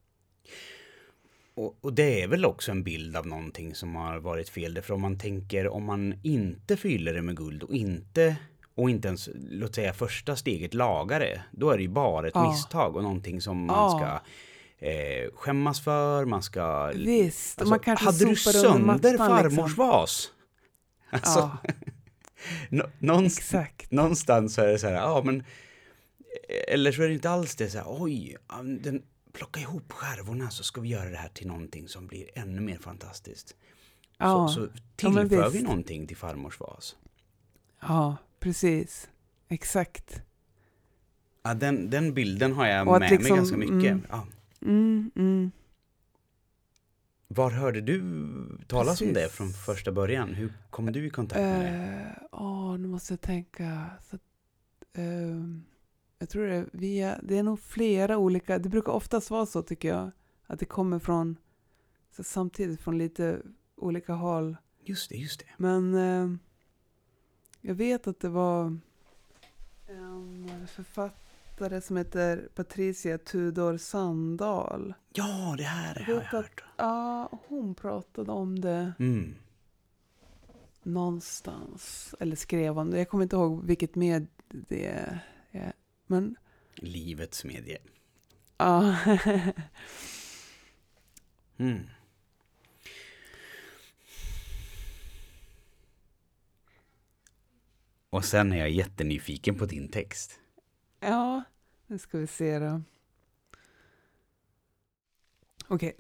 [SPEAKER 1] Och, och det är väl också en bild av någonting som har varit fel. Därför om man tänker, om man inte fyller det med guld och inte, och inte ens, låt säga första steget lagar det, då är det ju bara ett
[SPEAKER 2] Ja.
[SPEAKER 1] misstag och någonting som man
[SPEAKER 2] Ja.
[SPEAKER 1] ska eh, skämmas för, man ska...
[SPEAKER 2] Visst,
[SPEAKER 1] Alltså,
[SPEAKER 2] man kanske
[SPEAKER 1] hade du
[SPEAKER 2] sopar under
[SPEAKER 1] sönder
[SPEAKER 2] mattan,
[SPEAKER 1] farmors
[SPEAKER 2] liksom.
[SPEAKER 1] vas? Alltså,
[SPEAKER 2] Ja,
[SPEAKER 1] nå- någonstans,
[SPEAKER 2] exakt.
[SPEAKER 1] någonstans så är det så här, ja men, eller så är det inte alls det så här, oj, den, plocka ihop skärvorna så ska vi göra det här till någonting som blir ännu mer fantastiskt.
[SPEAKER 2] Ja,
[SPEAKER 1] Så, så
[SPEAKER 2] ja, men
[SPEAKER 1] tillför vi
[SPEAKER 2] visst.
[SPEAKER 1] någonting till farmors vas.
[SPEAKER 2] Ja, precis. Exakt.
[SPEAKER 1] Ja, den, den bilden har jag
[SPEAKER 2] Och att
[SPEAKER 1] med
[SPEAKER 2] liksom,
[SPEAKER 1] mig ganska mycket.
[SPEAKER 2] mm.
[SPEAKER 1] Ja.
[SPEAKER 2] Mm, mm.
[SPEAKER 1] Var hörde du talas om
[SPEAKER 2] Precis.
[SPEAKER 1] det från första början? Hur kom du i kontakt med det?
[SPEAKER 2] Eh, Åh, nu måste jag tänka. Så, att, ehm, jag tror det är via, det är nog flera olika, det brukar oftast vara så tycker jag, att det kommer från, så samtidigt från lite olika håll.
[SPEAKER 1] Just det, just det.
[SPEAKER 2] Men eh, jag vet att det var en författare som heter Patricia Tudor Sandahl.
[SPEAKER 1] Ja, det här
[SPEAKER 2] Jag
[SPEAKER 1] har jag
[SPEAKER 2] vet
[SPEAKER 1] hört.
[SPEAKER 2] Ja, hon pratade om det
[SPEAKER 1] Mm.
[SPEAKER 2] någonstans, eller skrev om det. Jag kommer inte ihåg vilket med det är. Men
[SPEAKER 1] Livets medie.
[SPEAKER 2] ja.
[SPEAKER 1] Mm. Och sen är jag jättenyfiken på din text.
[SPEAKER 2] Ja, nu ska vi se då. Okej.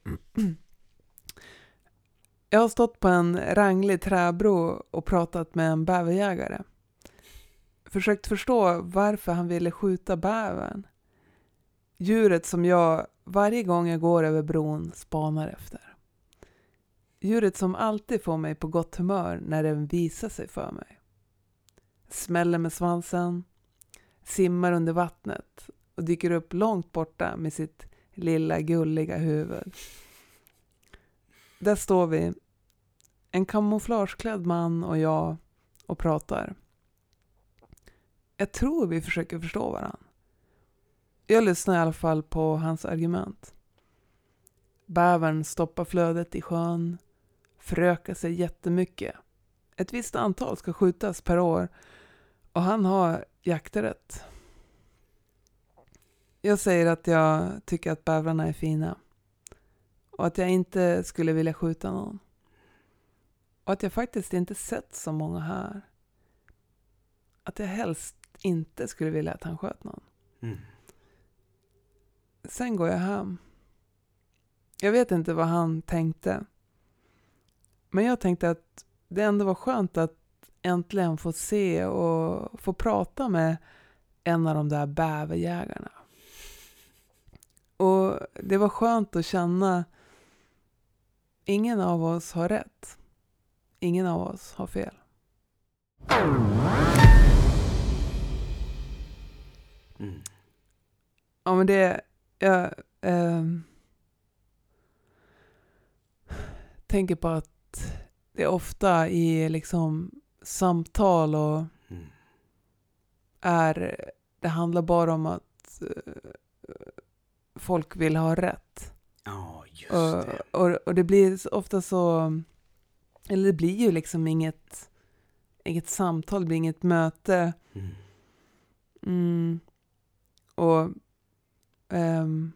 [SPEAKER 2] Jag har stått på en ranglig träbro och pratat med en bäverjägare. Försökt förstå varför han ville skjuta bävern. Djuret som jag varje gång jag går över bron spanar efter. Djuret som alltid får mig på gott humör när den visar sig för mig. Smäller med svansen, simmar under vattnet och dyker upp långt borta med sitt lilla gulliga huvud. Där står vi, en kamouflageklädd man och jag, och pratar. Jag tror vi försöker förstå varandra. Jag lyssnar i alla fall på hans argument. Bävern stoppar flödet i sjön, förökar sig jättemycket. Ett visst antal ska skjutas per år och han har jakträtt. Jag säger att jag tycker att bävrarna är fina och att jag inte skulle vilja skjuta någon. Och att jag faktiskt inte sett så många här. Att jag helst inte skulle vilja att han sköt någon.
[SPEAKER 1] Mm.
[SPEAKER 2] Sen går jag hem. Jag vet inte vad han tänkte. Men jag tänkte att det ändå var skönt att äntligen få se och få prata med en av de där bäverjägarna. Och det var skönt att känna ingen av oss har rätt. ingen av oss har fel.
[SPEAKER 1] Mm.
[SPEAKER 2] Ja, men det... Jag ähm, tänker på att det är ofta i liksom samtal och
[SPEAKER 1] Mm.
[SPEAKER 2] är... Det handlar bara om att uh, folk vill ha rätt.
[SPEAKER 1] Ja, just
[SPEAKER 2] Och,
[SPEAKER 1] det.
[SPEAKER 2] och, och det blir ofta så... Eller det blir ju liksom inget, inget samtal, det blir inget möte.
[SPEAKER 1] Mm.
[SPEAKER 2] Mm. Och um,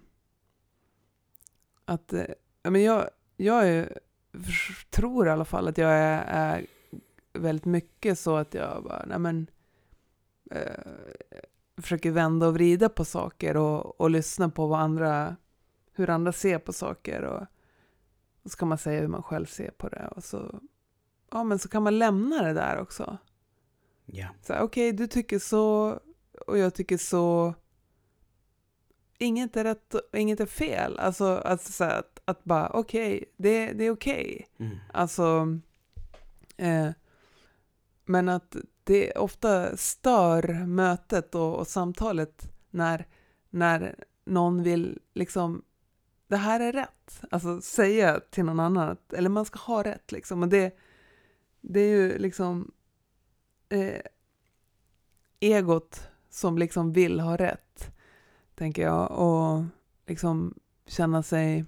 [SPEAKER 2] att ja, men jag, jag är, tror i alla fall att jag är, är väldigt mycket så att jag bara, nej men, uh, försöker vända och vrida på saker och, och lyssna på vad andra, hur andra ser på saker och, och så kan man säga hur man själv ser på det och så, ja men så kan man lämna det där också.
[SPEAKER 1] Ja.
[SPEAKER 2] Så okej, okay, du tycker så och jag tycker så. Inget är rätt och inget är fel. Alltså, alltså så att, att bara okej, okay, det, det är okej. Okay.
[SPEAKER 1] Mm.
[SPEAKER 2] Alltså, eh, men att det ofta stör mötet och, och samtalet när, när någon vill liksom, det här är rätt. Alltså säga till någon annan att, eller man ska ha rätt liksom. Och det, det är ju liksom eh, egot som liksom vill ha rätt, tänker jag, och liksom känna sig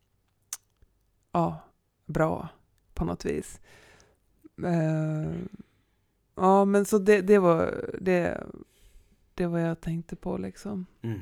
[SPEAKER 2] ja, bra på något vis. Uh, ja, men så det, det var det, det var jag tänkte på liksom.
[SPEAKER 1] Mm.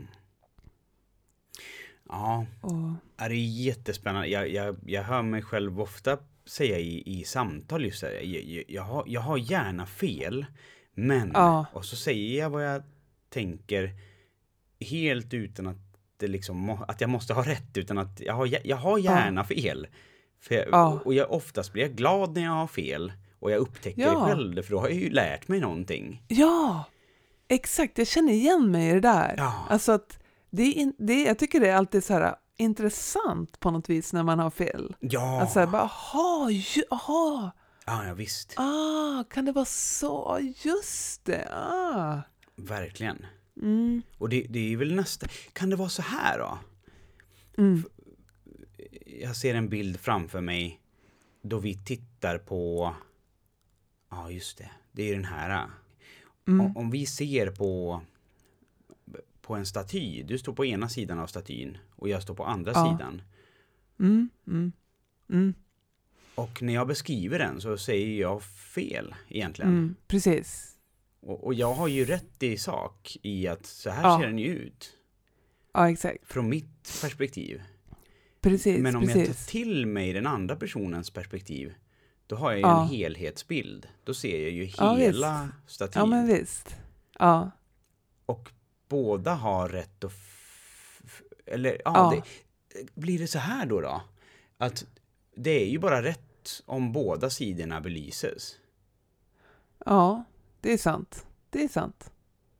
[SPEAKER 1] Ja,
[SPEAKER 2] och,
[SPEAKER 1] det är jättespännande. Jag, jag, jag hör mig själv ofta säga i, i samtal just det. Jag, jag, jag, har, jag har gärna fel, men
[SPEAKER 2] ja.
[SPEAKER 1] och så säger jag vad jag tänker helt utan att det liksom, att jag måste ha rätt, utan att jag har, jag har gärna ja. fel. För jag,
[SPEAKER 2] ja.
[SPEAKER 1] Och jag oftast blir jag glad när jag har fel och jag upptäcker
[SPEAKER 2] ja.
[SPEAKER 1] det själv, för då har jag ju lärt mig någonting.
[SPEAKER 2] Ja, exakt. Jag känner igen mig i det där.
[SPEAKER 1] Ja.
[SPEAKER 2] Alltså att det är, in, det är, jag tycker det är alltid så här intressant på något vis när man har fel.
[SPEAKER 1] Ja.
[SPEAKER 2] Alltså här, bara, aha, ju, aha.
[SPEAKER 1] Ja, ja, visst.
[SPEAKER 2] Ah, kan det vara så? Just det, ah.
[SPEAKER 1] Verkligen.
[SPEAKER 2] Mm.
[SPEAKER 1] Och det, det är väl nästa... Kan det vara så här då?
[SPEAKER 2] Mm.
[SPEAKER 1] Jag ser en bild framför mig då vi tittar på... Ja, just det. Det är den här.
[SPEAKER 2] Mm.
[SPEAKER 1] Om, om vi ser på, på en staty. Du står på ena sidan av statyn och jag står på andra
[SPEAKER 2] ja.
[SPEAKER 1] sidan.
[SPEAKER 2] Mm. Mm. Mm.
[SPEAKER 1] Och när jag beskriver den så säger jag fel egentligen.
[SPEAKER 2] Mm. Precis.
[SPEAKER 1] Och, och jag har ju rätt i sak i att så här
[SPEAKER 2] ja.
[SPEAKER 1] ser den ju ut.
[SPEAKER 2] Ja, exakt.
[SPEAKER 1] Från mitt perspektiv.
[SPEAKER 2] Precis,
[SPEAKER 1] Men om
[SPEAKER 2] precis.
[SPEAKER 1] jag tar till mig den andra personens perspektiv, då har jag ju
[SPEAKER 2] ja.
[SPEAKER 1] en helhetsbild. Då ser jag ju
[SPEAKER 2] ja,
[SPEAKER 1] hela statyn.
[SPEAKER 2] Ja, men visst. Ja.
[SPEAKER 1] Och båda har rätt att... F- eller, ja,
[SPEAKER 2] ja.
[SPEAKER 1] Det, blir det så här då då? Att det är ju bara rätt om båda sidorna belyses.
[SPEAKER 2] Ja, det är sant. Det är sant.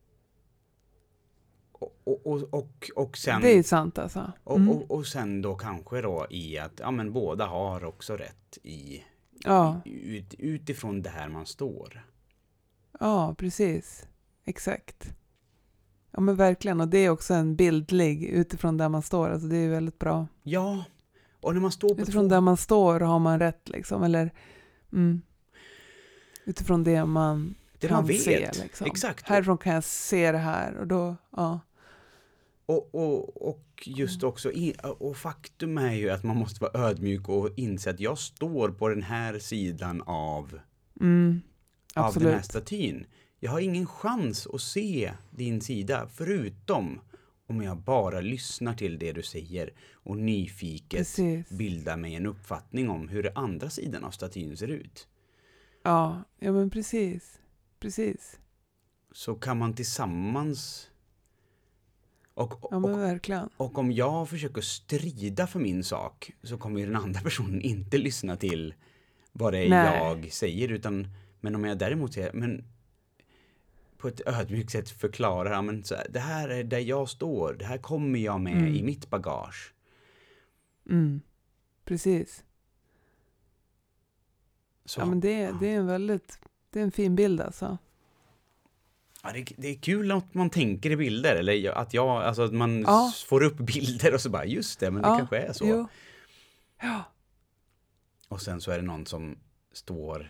[SPEAKER 1] Och, och, och, och, och sen...
[SPEAKER 2] Det är sant alltså.
[SPEAKER 1] Mm. Och, och, och sen då kanske då i att ja, men båda har också rätt i,
[SPEAKER 2] ja.
[SPEAKER 1] i ut, utifrån det här man står.
[SPEAKER 2] Ja, precis. Exakt. Ja, men verkligen. Och det är också en bildlig utifrån där man står. Alltså det är väldigt bra.
[SPEAKER 1] Ja, och när man står på
[SPEAKER 2] utifrån
[SPEAKER 1] två...
[SPEAKER 2] där man står har man rätt liksom. Eller mm, utifrån det man
[SPEAKER 1] det
[SPEAKER 2] kan
[SPEAKER 1] man vet.
[SPEAKER 2] se. Liksom.
[SPEAKER 1] Exakt.
[SPEAKER 2] Härifrån kan jag se det här. Och då, ja.
[SPEAKER 1] Och, och, och just också, och faktum är ju att man måste vara ödmjuk och inse att jag står på den här sidan av,
[SPEAKER 2] mm,
[SPEAKER 1] av den här statyn. Jag har ingen chans att se din sida förutom om jag bara lyssnar till det du säger och nyfiket
[SPEAKER 2] Precis.
[SPEAKER 1] bildar mig en uppfattning om hur den andra sidan av statyn ser ut.
[SPEAKER 2] Ja, ja men precis. Precis.
[SPEAKER 1] Så kan man tillsammans... Och,
[SPEAKER 2] ja, men verkligen.
[SPEAKER 1] Och, och om jag försöker strida för min sak så kommer ju den andra personen inte lyssna till vad det är
[SPEAKER 2] Nej.
[SPEAKER 1] jag säger. Utan, men om jag däremot säger, men på ett ödmjukt sätt förklarar, ja, men så här, det här är där jag står, det här kommer jag med
[SPEAKER 2] mm.
[SPEAKER 1] i mitt bagage.
[SPEAKER 2] Mm. Precis.
[SPEAKER 1] Så,
[SPEAKER 2] ja, men det, det är en väldigt, det är en fin bild alltså.
[SPEAKER 1] Ja, det, det är kul att man tänker i bilder, eller att jag, alltså att man
[SPEAKER 2] Ja.
[SPEAKER 1] får upp bilder och så bara, just det, men det
[SPEAKER 2] Ja,
[SPEAKER 1] kanske är så.
[SPEAKER 2] Jo. Ja.
[SPEAKER 1] Och sen så är det någon som står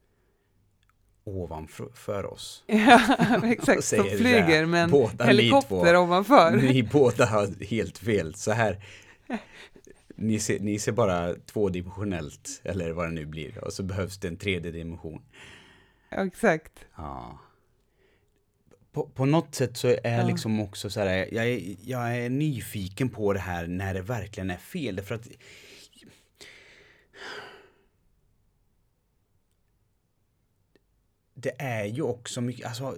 [SPEAKER 1] ovanför oss.
[SPEAKER 2] Ja,
[SPEAKER 1] Och
[SPEAKER 2] exakt. Som
[SPEAKER 1] säger
[SPEAKER 2] flyger
[SPEAKER 1] så här,
[SPEAKER 2] med en
[SPEAKER 1] båda
[SPEAKER 2] helikopter
[SPEAKER 1] ni
[SPEAKER 2] ovanför.
[SPEAKER 1] Ni båda har helt fel. Så här, ni ser, ni ser bara tvådimensionellt, eller vad det nu blir. Och så behövs det en tredje dimension.
[SPEAKER 2] Ja, exakt.
[SPEAKER 1] Ja. På, på något sätt så är jag
[SPEAKER 2] Ja.
[SPEAKER 1] liksom också så här, jag är, jag är nyfiken på det här när det verkligen är fel. Därför att det är ju också mycket, alltså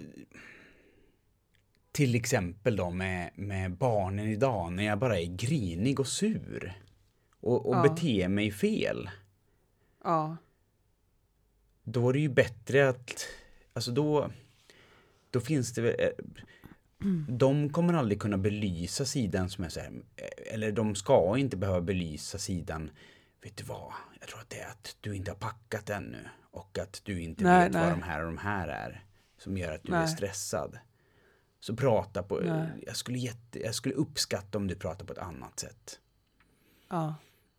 [SPEAKER 1] till exempel då med, med barnen idag, när jag bara är grinig och sur och, och
[SPEAKER 2] Ja.
[SPEAKER 1] beter mig fel.
[SPEAKER 2] Ja.
[SPEAKER 1] Då är det ju bättre att, alltså då, då finns det väl, de kommer aldrig kunna belysa sidan som är så här, eller de ska inte behöva belysa sidan, vet du vad, jag tror att det är att du inte har packat ännu och att du inte
[SPEAKER 2] Nej,
[SPEAKER 1] vet
[SPEAKER 2] nej.
[SPEAKER 1] vad de här och de här är som gör att du är
[SPEAKER 2] Nej.
[SPEAKER 1] stressad. Så prata på,
[SPEAKER 2] Nej.
[SPEAKER 1] jag skulle, jätte, jag skulle uppskatta om du pratar på ett annat sätt.
[SPEAKER 2] Ja.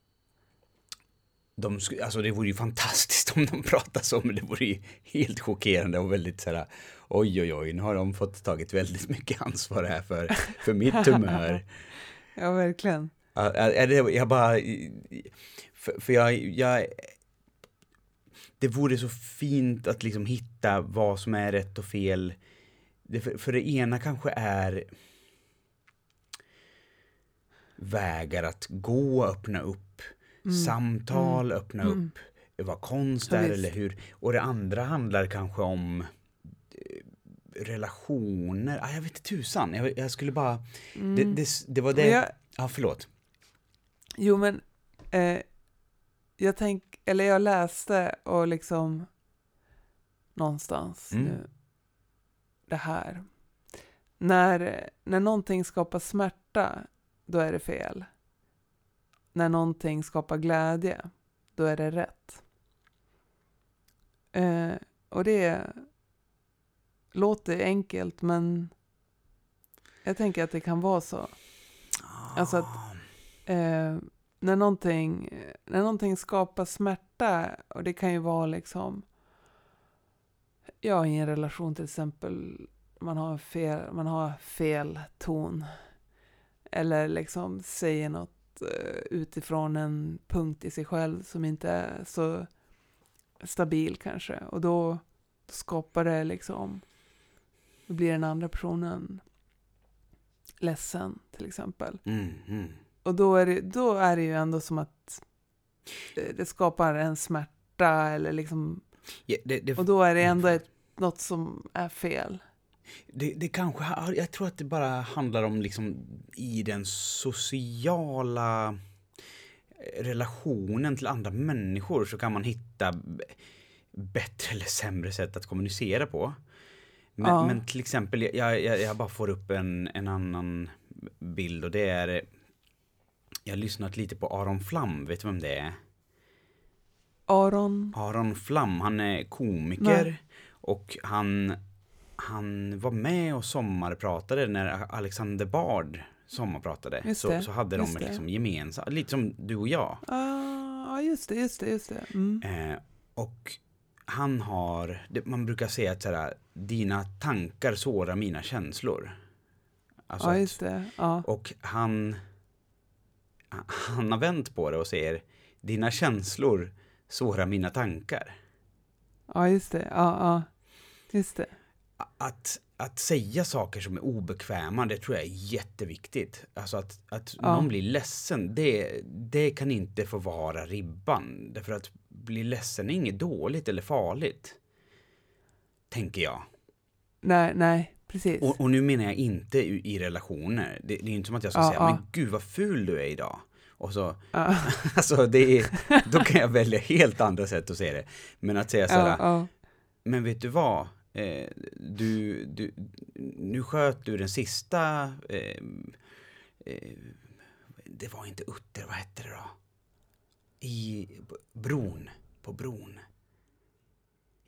[SPEAKER 1] De, sk- alltså det vore ju fantastiskt om de pratade så, men det vore ju helt chockerande och väldigt så här, oj oj oj, nu har de fått tagit väldigt mycket ansvar här för, för mitt humör.
[SPEAKER 2] Ja, verkligen.
[SPEAKER 1] Ja, är det, jag bara, för, för jag, jag, det vore så fint att liksom hitta vad som är rätt och fel. Det, för, för det ena kanske är vägar att gå, öppna upp,
[SPEAKER 2] Mm.
[SPEAKER 1] samtal,
[SPEAKER 2] Mm.
[SPEAKER 1] öppna
[SPEAKER 2] Mm.
[SPEAKER 1] upp, vad konst
[SPEAKER 2] Ja,
[SPEAKER 1] är
[SPEAKER 2] visst.
[SPEAKER 1] eller hur. Och det andra handlar kanske om eh, relationer. Ah, jag vet inte tusan, jag, jag skulle bara,
[SPEAKER 2] Mm.
[SPEAKER 1] det, det, det var det,
[SPEAKER 2] Men
[SPEAKER 1] ja
[SPEAKER 2] jag,
[SPEAKER 1] förlåt.
[SPEAKER 2] jo, men eh, jag tänk, eller jag läste och liksom någonstans
[SPEAKER 1] Mm.
[SPEAKER 2] nu det här. När, när någonting skapar smärta, då är det fel. När någonting skapar glädje, då är det rätt. Eh, och det låter enkelt, men jag tänker att det kan vara så. Alltså att eh, när, någonting, när någonting skapar smärta, och det kan ju vara liksom, ja, i en relation till exempel, man har fel, man har fel ton, eller liksom säger något eh, utifrån en punkt i sig själv som inte är så stabil kanske, och då, då skapar det liksom, då blir den andra personen ledsen till exempel.
[SPEAKER 1] Mm, mm.
[SPEAKER 2] Och då är det, då är det ju ändå som att det, det skapar en smärta, eller liksom,
[SPEAKER 1] Ja, det, det,
[SPEAKER 2] och då är det ändå ett, något som är fel.
[SPEAKER 1] det, det kanske, har- jag tror att det bara handlar om liksom i den sociala relationen till andra människor, så kan man hitta b- bättre eller sämre sätt att kommunicera på. Men,
[SPEAKER 2] Ja.
[SPEAKER 1] men till exempel, jag, jag, jag bara får upp en, en annan bild, och det är, jag har lyssnat lite på Aron Flam, vet du vem det är?
[SPEAKER 2] Aron,
[SPEAKER 1] Aron Flam, han är komiker.
[SPEAKER 2] Nej.
[SPEAKER 1] Och han, han var med och sommarpratade när Alexander Bard sommarpratade.
[SPEAKER 2] Just
[SPEAKER 1] Så,
[SPEAKER 2] det,
[SPEAKER 1] så hade
[SPEAKER 2] just
[SPEAKER 1] de
[SPEAKER 2] det.
[SPEAKER 1] liksom gemensamt, lite som du och jag.
[SPEAKER 2] ah, ja just det, just det, just det. Mm.
[SPEAKER 1] Eh, och han har, det, man brukar säga att såhär, dina tankar sårar mina känslor. Alltså
[SPEAKER 2] Ja,
[SPEAKER 1] att-
[SPEAKER 2] just det. Ja.
[SPEAKER 1] och han, han har vänt på det och säger, dina känslor sårar mina tankar.
[SPEAKER 2] Ja, just det. Ja, ja. Just det.
[SPEAKER 1] Att, att säga saker som är obekväma, det tror jag är jätteviktigt. Alltså att, att
[SPEAKER 2] Ja.
[SPEAKER 1] någon blir ledsen, det, det kan inte få vara ribban. Därför att bli ledsen är inget dåligt eller farligt. Tänker jag.
[SPEAKER 2] Nej, nej, precis.
[SPEAKER 1] Och, och nu menar jag inte i, i relationer. Det, det är inte som att jag ska
[SPEAKER 2] Ja,
[SPEAKER 1] säga,
[SPEAKER 2] ja.
[SPEAKER 1] men gud vad ful du är idag. Och så,
[SPEAKER 2] Ja,
[SPEAKER 1] alltså det är, då kan jag välja helt andra sätt att säga det. Men att säga så här,
[SPEAKER 2] ja, ja.
[SPEAKER 1] men vet du vad? Eh, du, du, nu sköt du den sista, eh, eh, det var inte Utter, vad hette det då? I b- bron, på bron.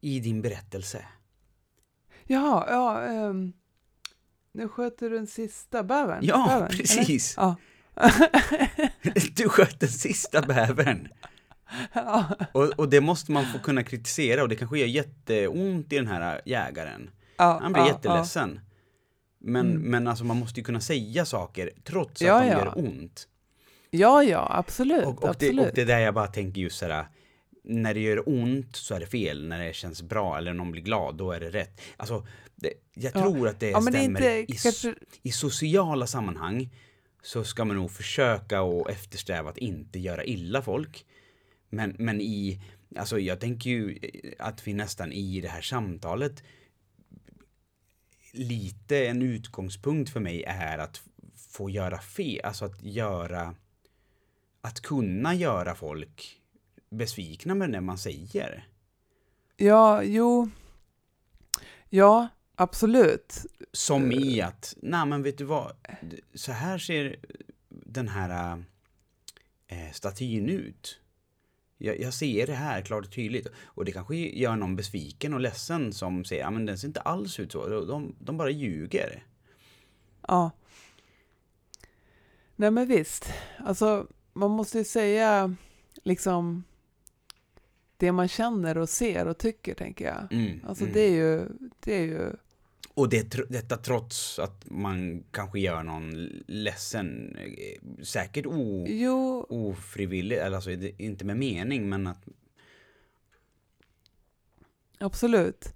[SPEAKER 1] i din berättelse?
[SPEAKER 2] Jaha, ja. Um, nu sköter du den sista bävern.
[SPEAKER 1] Ja,
[SPEAKER 2] bävern,
[SPEAKER 1] precis.
[SPEAKER 2] Ja.
[SPEAKER 1] Du sköt den sista bävern.
[SPEAKER 2] Ja.
[SPEAKER 1] Och, och det måste man få kunna kritisera, och det kanske gör jätteont i den här jägaren.
[SPEAKER 2] Ja,
[SPEAKER 1] Han blir
[SPEAKER 2] ja,
[SPEAKER 1] jätteledsen.
[SPEAKER 2] Ja.
[SPEAKER 1] Men,
[SPEAKER 2] Mm.
[SPEAKER 1] men alltså man måste ju kunna säga saker trots att
[SPEAKER 2] Ja,
[SPEAKER 1] de
[SPEAKER 2] ja.
[SPEAKER 1] gör ont.
[SPEAKER 2] Ja, ja, absolut.
[SPEAKER 1] Och, och,
[SPEAKER 2] absolut.
[SPEAKER 1] det, och det där jag bara tänker just sådär, när det gör ont så är det fel, när det känns bra eller någon blir glad, då är det rätt. Alltså, det, jag
[SPEAKER 2] Ja.
[SPEAKER 1] tror att det
[SPEAKER 2] Ja, men det är
[SPEAKER 1] stämmer.
[SPEAKER 2] inte
[SPEAKER 1] I,
[SPEAKER 2] kanske-
[SPEAKER 1] I sociala sammanhang så ska man nog försöka och eftersträva att inte göra illa folk. Men, men i, alltså jag tänker ju att vi nästan i det här samtalet, lite en utgångspunkt för mig är att få göra fel, alltså att göra, att kunna göra folk besvikna med det man säger.
[SPEAKER 2] Ja, jo. Ja, absolut.
[SPEAKER 1] Som i att, nej men vet du vad, så här ser den här äh, statyn ut. Jag, jag ser det här klart och tydligt. Och det kanske gör någon besviken och ledsen som säger, ja men den ser inte alls ut så. De, de bara ljuger.
[SPEAKER 2] Ja. Nej, men visst. Alltså, man måste ju säga liksom det man känner och ser och tycker, tänker jag.
[SPEAKER 1] Mm,
[SPEAKER 2] Alltså
[SPEAKER 1] mm.
[SPEAKER 2] det är ju, det är ju...
[SPEAKER 1] Och det, detta trots att man kanske gör någon ledsen, säkert o,
[SPEAKER 2] Jo,
[SPEAKER 1] ofrivilligt, eller alltså inte med mening, men att...
[SPEAKER 2] absolut.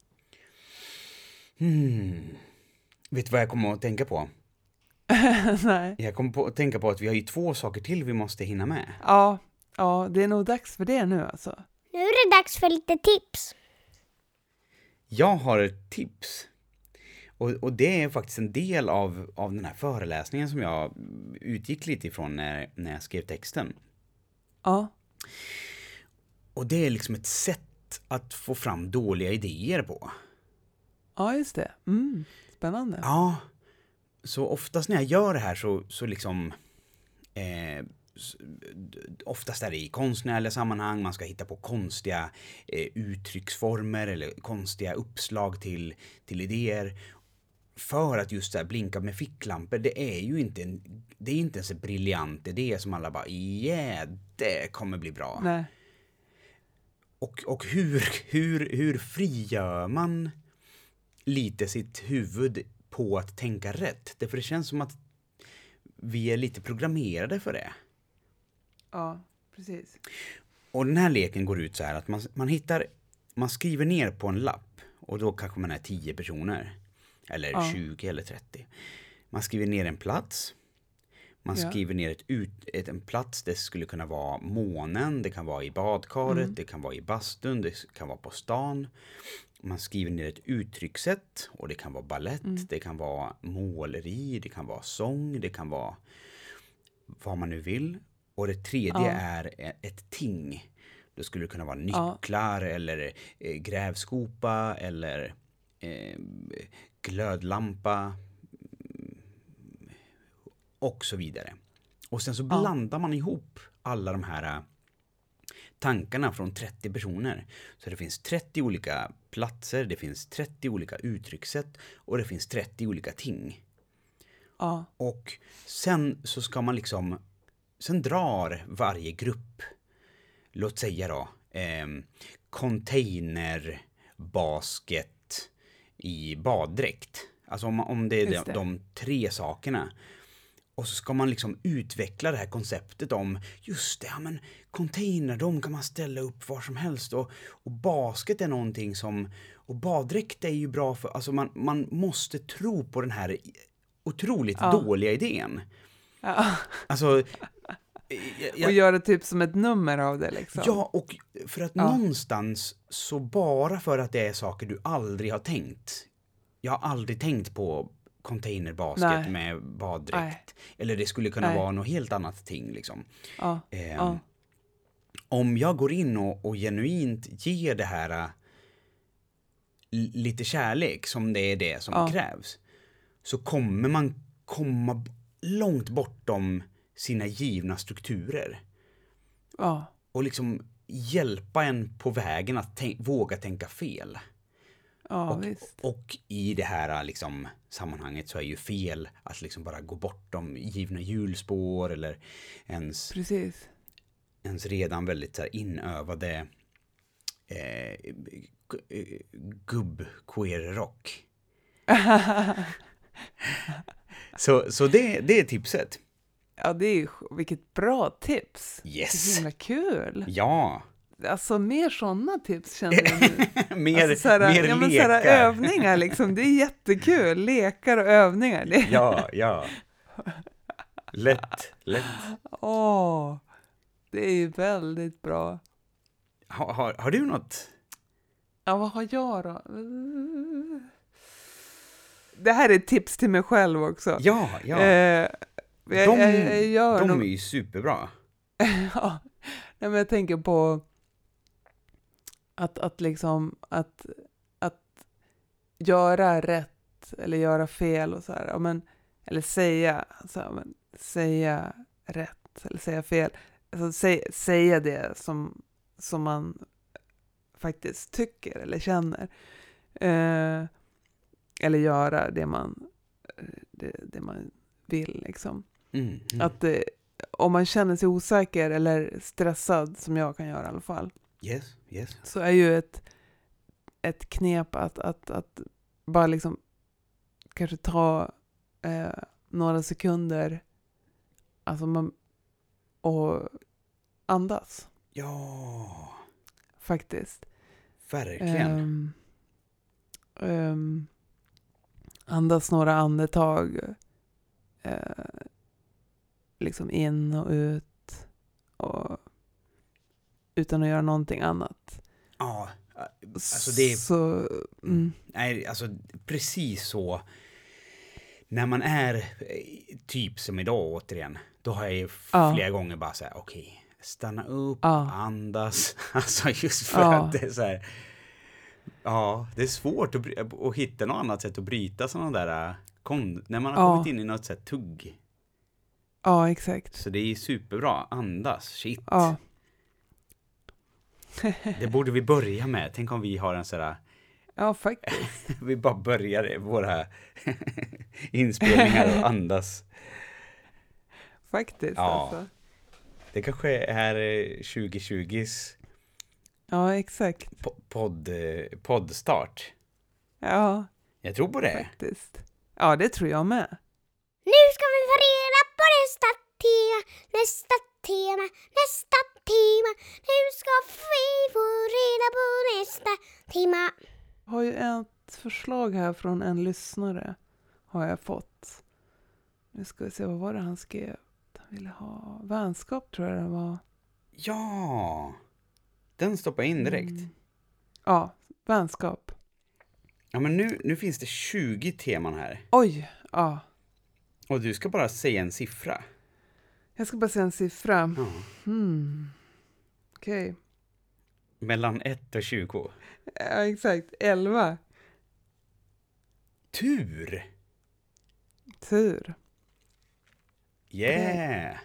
[SPEAKER 1] Hmm. Vet du vad jag kommer att tänka på?
[SPEAKER 2] Nej.
[SPEAKER 1] Jag kommer på att tänka på att vi har ju två saker till vi måste hinna med.
[SPEAKER 2] Ja, ja, det är nog dags för det nu alltså.
[SPEAKER 3] Nu är det dags för lite tips.
[SPEAKER 1] Jag har ett tips. Och, och det är faktiskt en del av, av den här föreläsningen som jag utgick lite ifrån när, när jag skrev texten.
[SPEAKER 2] Ja,
[SPEAKER 1] Och det är liksom ett sätt att få fram dåliga idéer på.
[SPEAKER 2] ja just det. Mm, spännande.
[SPEAKER 1] Ja, så oftast när jag gör det här så, så liksom... Eh, oftast är det i konstnärliga sammanhang, man ska hitta på konstiga eh, uttrycksformer eller konstiga uppslag till, till idéer. För att just där blinka med ficklampor, det är ju inte en, det är inte ens en briljant idé som alla bara, yeah, det kommer bli bra.
[SPEAKER 2] Nej.
[SPEAKER 1] Och, och hur, hur, hur frigör man lite sitt huvud på att tänka rätt? Därför det känns som att vi är lite programmerade för det.
[SPEAKER 2] Ja, precis.
[SPEAKER 1] Och den här leken går ut så här att man, man hittar, man skriver ner på en lapp, och då kanske man är tio personer. Eller
[SPEAKER 2] Ja.
[SPEAKER 1] tjugo eller trettio. Man skriver ner en plats. Man
[SPEAKER 2] Ja.
[SPEAKER 1] skriver ner ett ut, ett, en plats, det skulle kunna vara månen, det kan vara i badkaret,
[SPEAKER 2] Mm.
[SPEAKER 1] det kan vara i bastun, det kan vara på stan. Man skriver ner ett uttryckssätt, och det kan vara ballett,
[SPEAKER 2] Mm.
[SPEAKER 1] det kan vara måleri, det kan vara sång, det kan vara vad man nu vill. Och det tredje
[SPEAKER 2] Ja.
[SPEAKER 1] är ett ting. Det skulle kunna vara nycklar eller eh, grävskopa eller eh, glödlampa och så vidare. Och sen så
[SPEAKER 2] Ja.
[SPEAKER 1] blandar man ihop alla de här äh, tankarna från trettio personer. Så det finns trettio olika platser, det finns trettio olika uttryckssätt och det finns trettio olika ting.
[SPEAKER 2] Ja,
[SPEAKER 1] Och sen så ska man liksom, sen drar varje grupp, låt säga då, eh, containerbasket i baddräkt. Alltså om, om det är
[SPEAKER 2] Just
[SPEAKER 1] de,
[SPEAKER 2] det.
[SPEAKER 1] de tre sakerna. Och så ska man liksom utveckla det här konceptet om, just det, ja men container, de kan man ställa upp var som helst. Och, och basket är någonting som, och baddräkt är ju bra för, alltså man, man måste tro på den här otroligt
[SPEAKER 2] Ja.
[SPEAKER 1] dåliga idén.
[SPEAKER 2] ja.
[SPEAKER 1] Alltså, jag,
[SPEAKER 2] Och göra typ som ett nummer av det liksom.
[SPEAKER 1] ja, och för att
[SPEAKER 2] Ja.
[SPEAKER 1] någonstans så bara för att det är saker du aldrig har tänkt. Jag har aldrig tänkt på containerbasket
[SPEAKER 2] Nej.
[SPEAKER 1] med baddräkt.
[SPEAKER 2] Nej.
[SPEAKER 1] Eller det skulle kunna
[SPEAKER 2] Nej.
[SPEAKER 1] vara något helt annat ting liksom.
[SPEAKER 2] Ja,
[SPEAKER 1] Ehm,
[SPEAKER 2] ja.
[SPEAKER 1] Om jag går in och, och genuint ger det här äh, lite kärlek, som det är det som
[SPEAKER 2] Ja.
[SPEAKER 1] krävs, så kommer man komma b- långt bortom sina givna strukturer.
[SPEAKER 2] ja.
[SPEAKER 1] Och liksom hjälpa en på vägen att tänk, våga tänka fel.
[SPEAKER 2] Ja,
[SPEAKER 1] och,
[SPEAKER 2] visst.
[SPEAKER 1] och i det här liksom, sammanhanget så är ju fel att liksom bara gå bortom givna hjulspår eller ens,
[SPEAKER 2] Precis.
[SPEAKER 1] ens redan väldigt så här, inövade eh, gubb-queer-rock. så så det, det är tipset.
[SPEAKER 2] Ja, det är ju, vilket bra tips.
[SPEAKER 1] Yes.
[SPEAKER 2] Det är himla kul.
[SPEAKER 1] Ja.
[SPEAKER 2] Alltså mer sådana tips känner jag nu.
[SPEAKER 1] mer
[SPEAKER 2] alltså, såhär,
[SPEAKER 1] mer
[SPEAKER 2] ja, men,
[SPEAKER 1] lekar.
[SPEAKER 2] såhär, övningar liksom, det är jättekul. Lekar och övningar. Det.
[SPEAKER 1] Ja, ja. Lätt, lätt.
[SPEAKER 2] Åh, det är ju väldigt bra.
[SPEAKER 1] Har, har, har du något?
[SPEAKER 2] Ja, vad har jag då? Det här är ett tips till mig själv också.
[SPEAKER 1] Ja, ja.
[SPEAKER 2] Eh,
[SPEAKER 1] de
[SPEAKER 2] jag, jag, jag gör
[SPEAKER 1] de
[SPEAKER 2] någon...
[SPEAKER 1] är ju superbra.
[SPEAKER 2] Ja, nej, men jag tänker på att, att liksom att, att göra rätt eller göra fel och så här, ja, men, eller säga så här, men, säga rätt eller säga fel, alltså, sä, säga det som, som man faktiskt tycker eller känner, eh, eller göra det man det, det man vill liksom.
[SPEAKER 1] Mm, mm.
[SPEAKER 2] Att eh, om man känner sig osäker eller stressad, som jag kan göra i alla fall,
[SPEAKER 1] Yes, yes.
[SPEAKER 2] så är ju ett, ett knep att, att, att bara liksom kanske ta eh, några sekunder alltså man, och andas.
[SPEAKER 1] Ja,
[SPEAKER 2] Faktiskt.
[SPEAKER 1] verkligen.
[SPEAKER 2] Um, um, andas några andetag. Uh, liksom in och ut. Och utan att göra någonting annat.
[SPEAKER 1] Ja, alltså det är...
[SPEAKER 2] Så, mm.
[SPEAKER 1] Nej, alltså precis så. När man är typ som idag återigen, då har jag ju
[SPEAKER 2] Ja.
[SPEAKER 1] flera gånger bara så här, okej, okay, stanna upp,
[SPEAKER 2] Ja.
[SPEAKER 1] andas. Alltså just för
[SPEAKER 2] Ja.
[SPEAKER 1] att det är så här, ja, det är svårt att, bry- att hitta något annat sätt att bryta sådana där, kon- när man har
[SPEAKER 2] Ja.
[SPEAKER 1] kommit in i något sätt tugg.
[SPEAKER 2] Ja, exakt.
[SPEAKER 1] Så det är superbra, andas, shit.
[SPEAKER 2] Ja.
[SPEAKER 1] Det borde vi börja med, tänk om vi har en sån där,
[SPEAKER 2] Ja, faktiskt.
[SPEAKER 1] vi bara börjar våra inspelningar och andas.
[SPEAKER 2] Faktiskt,
[SPEAKER 1] Ja.
[SPEAKER 2] alltså.
[SPEAKER 1] Det kanske är tjugo tjugos
[SPEAKER 2] Ja, exakt.
[SPEAKER 1] po- podd, poddstart.
[SPEAKER 2] Ja,
[SPEAKER 1] Jag tror på det.
[SPEAKER 2] faktiskt. Ja, det tror jag med.
[SPEAKER 3] Nu ska vi få reda på nästa tema, nästa tema, nästa tema. Nu ska vi få reda på nästa tema.
[SPEAKER 2] Jag har ju ett förslag här från en lyssnare. Har jag fått. Nu ska vi se, vad var det han skrev? Han ville ha vänskap, tror jag det var.
[SPEAKER 1] Ja, den stoppar in direkt.
[SPEAKER 2] Mm. Ja, vänskap.
[SPEAKER 1] Ja, men nu, nu finns det tjugo teman här.
[SPEAKER 2] Oj, ja.
[SPEAKER 1] Och du ska bara säga en siffra.
[SPEAKER 2] Jag ska bara säga en siffra.
[SPEAKER 1] Ja.
[SPEAKER 2] Hmm. Okej. Okay.
[SPEAKER 1] Mellan ett och tjugo.
[SPEAKER 2] Ja, exakt. elva.
[SPEAKER 1] Tur!
[SPEAKER 2] Tur.
[SPEAKER 1] Yeah!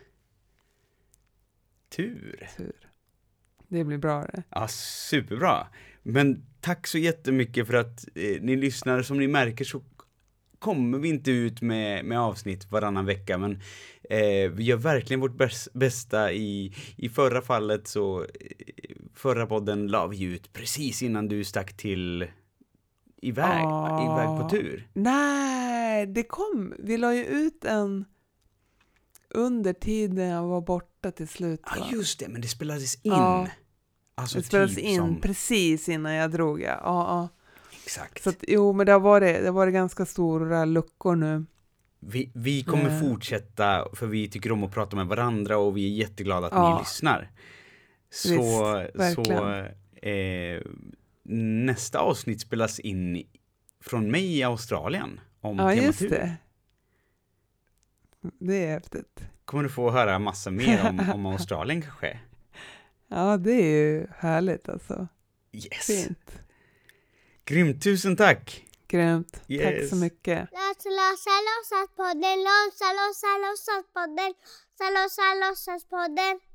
[SPEAKER 1] Tur!
[SPEAKER 2] Tur. Det blir bra det.
[SPEAKER 1] Ja, superbra. Men tack så jättemycket för att eh, ni lyssnar. Som ni märker så kommer vi inte ut med, med avsnitt varannan vecka. Men eh, vi gör verkligen vårt bäst, bästa. I, I förra fallet så, eh, förra podden la vi ut precis innan du stack till iväg,
[SPEAKER 2] Ah.
[SPEAKER 1] iväg på tur.
[SPEAKER 2] Nej, det kom. Vi la ju ut en under tiden jag var borta till slut.
[SPEAKER 1] Ja,
[SPEAKER 2] va?
[SPEAKER 1] just det. Men det spelades in.
[SPEAKER 2] Ja.
[SPEAKER 1] Alltså
[SPEAKER 2] Det spelades
[SPEAKER 1] typ
[SPEAKER 2] in
[SPEAKER 1] som...
[SPEAKER 2] precis innan jag drog. Ja, ja. ja.
[SPEAKER 1] Exakt.
[SPEAKER 2] Så att, jo, men det har varit, det har varit ganska stora luckor nu.
[SPEAKER 1] Vi, vi kommer
[SPEAKER 2] Eh.
[SPEAKER 1] fortsätta, för vi tycker om att prata med varandra och vi är jätteglada att
[SPEAKER 2] Ja.
[SPEAKER 1] ni lyssnar. Så,
[SPEAKER 2] Visst,
[SPEAKER 1] så
[SPEAKER 2] verkligen.
[SPEAKER 1] eh, nästa avsnitt spelas in från mig i Australien om
[SPEAKER 2] Ja, just
[SPEAKER 1] tematur.
[SPEAKER 2] det. Det är häftigt.
[SPEAKER 1] Kommer du få höra massa mer om, om Australien kanske?
[SPEAKER 2] Ja, det är ju härligt alltså.
[SPEAKER 1] Yes.
[SPEAKER 2] Fint.
[SPEAKER 1] Grymt, tusen tack!
[SPEAKER 2] Grymt. Tack
[SPEAKER 1] Yes.
[SPEAKER 2] så mycket.
[SPEAKER 3] Låsa, låsa, låtsas podden, låsa, låsa, låtsas podden, låsa, låsa, låtsas podden.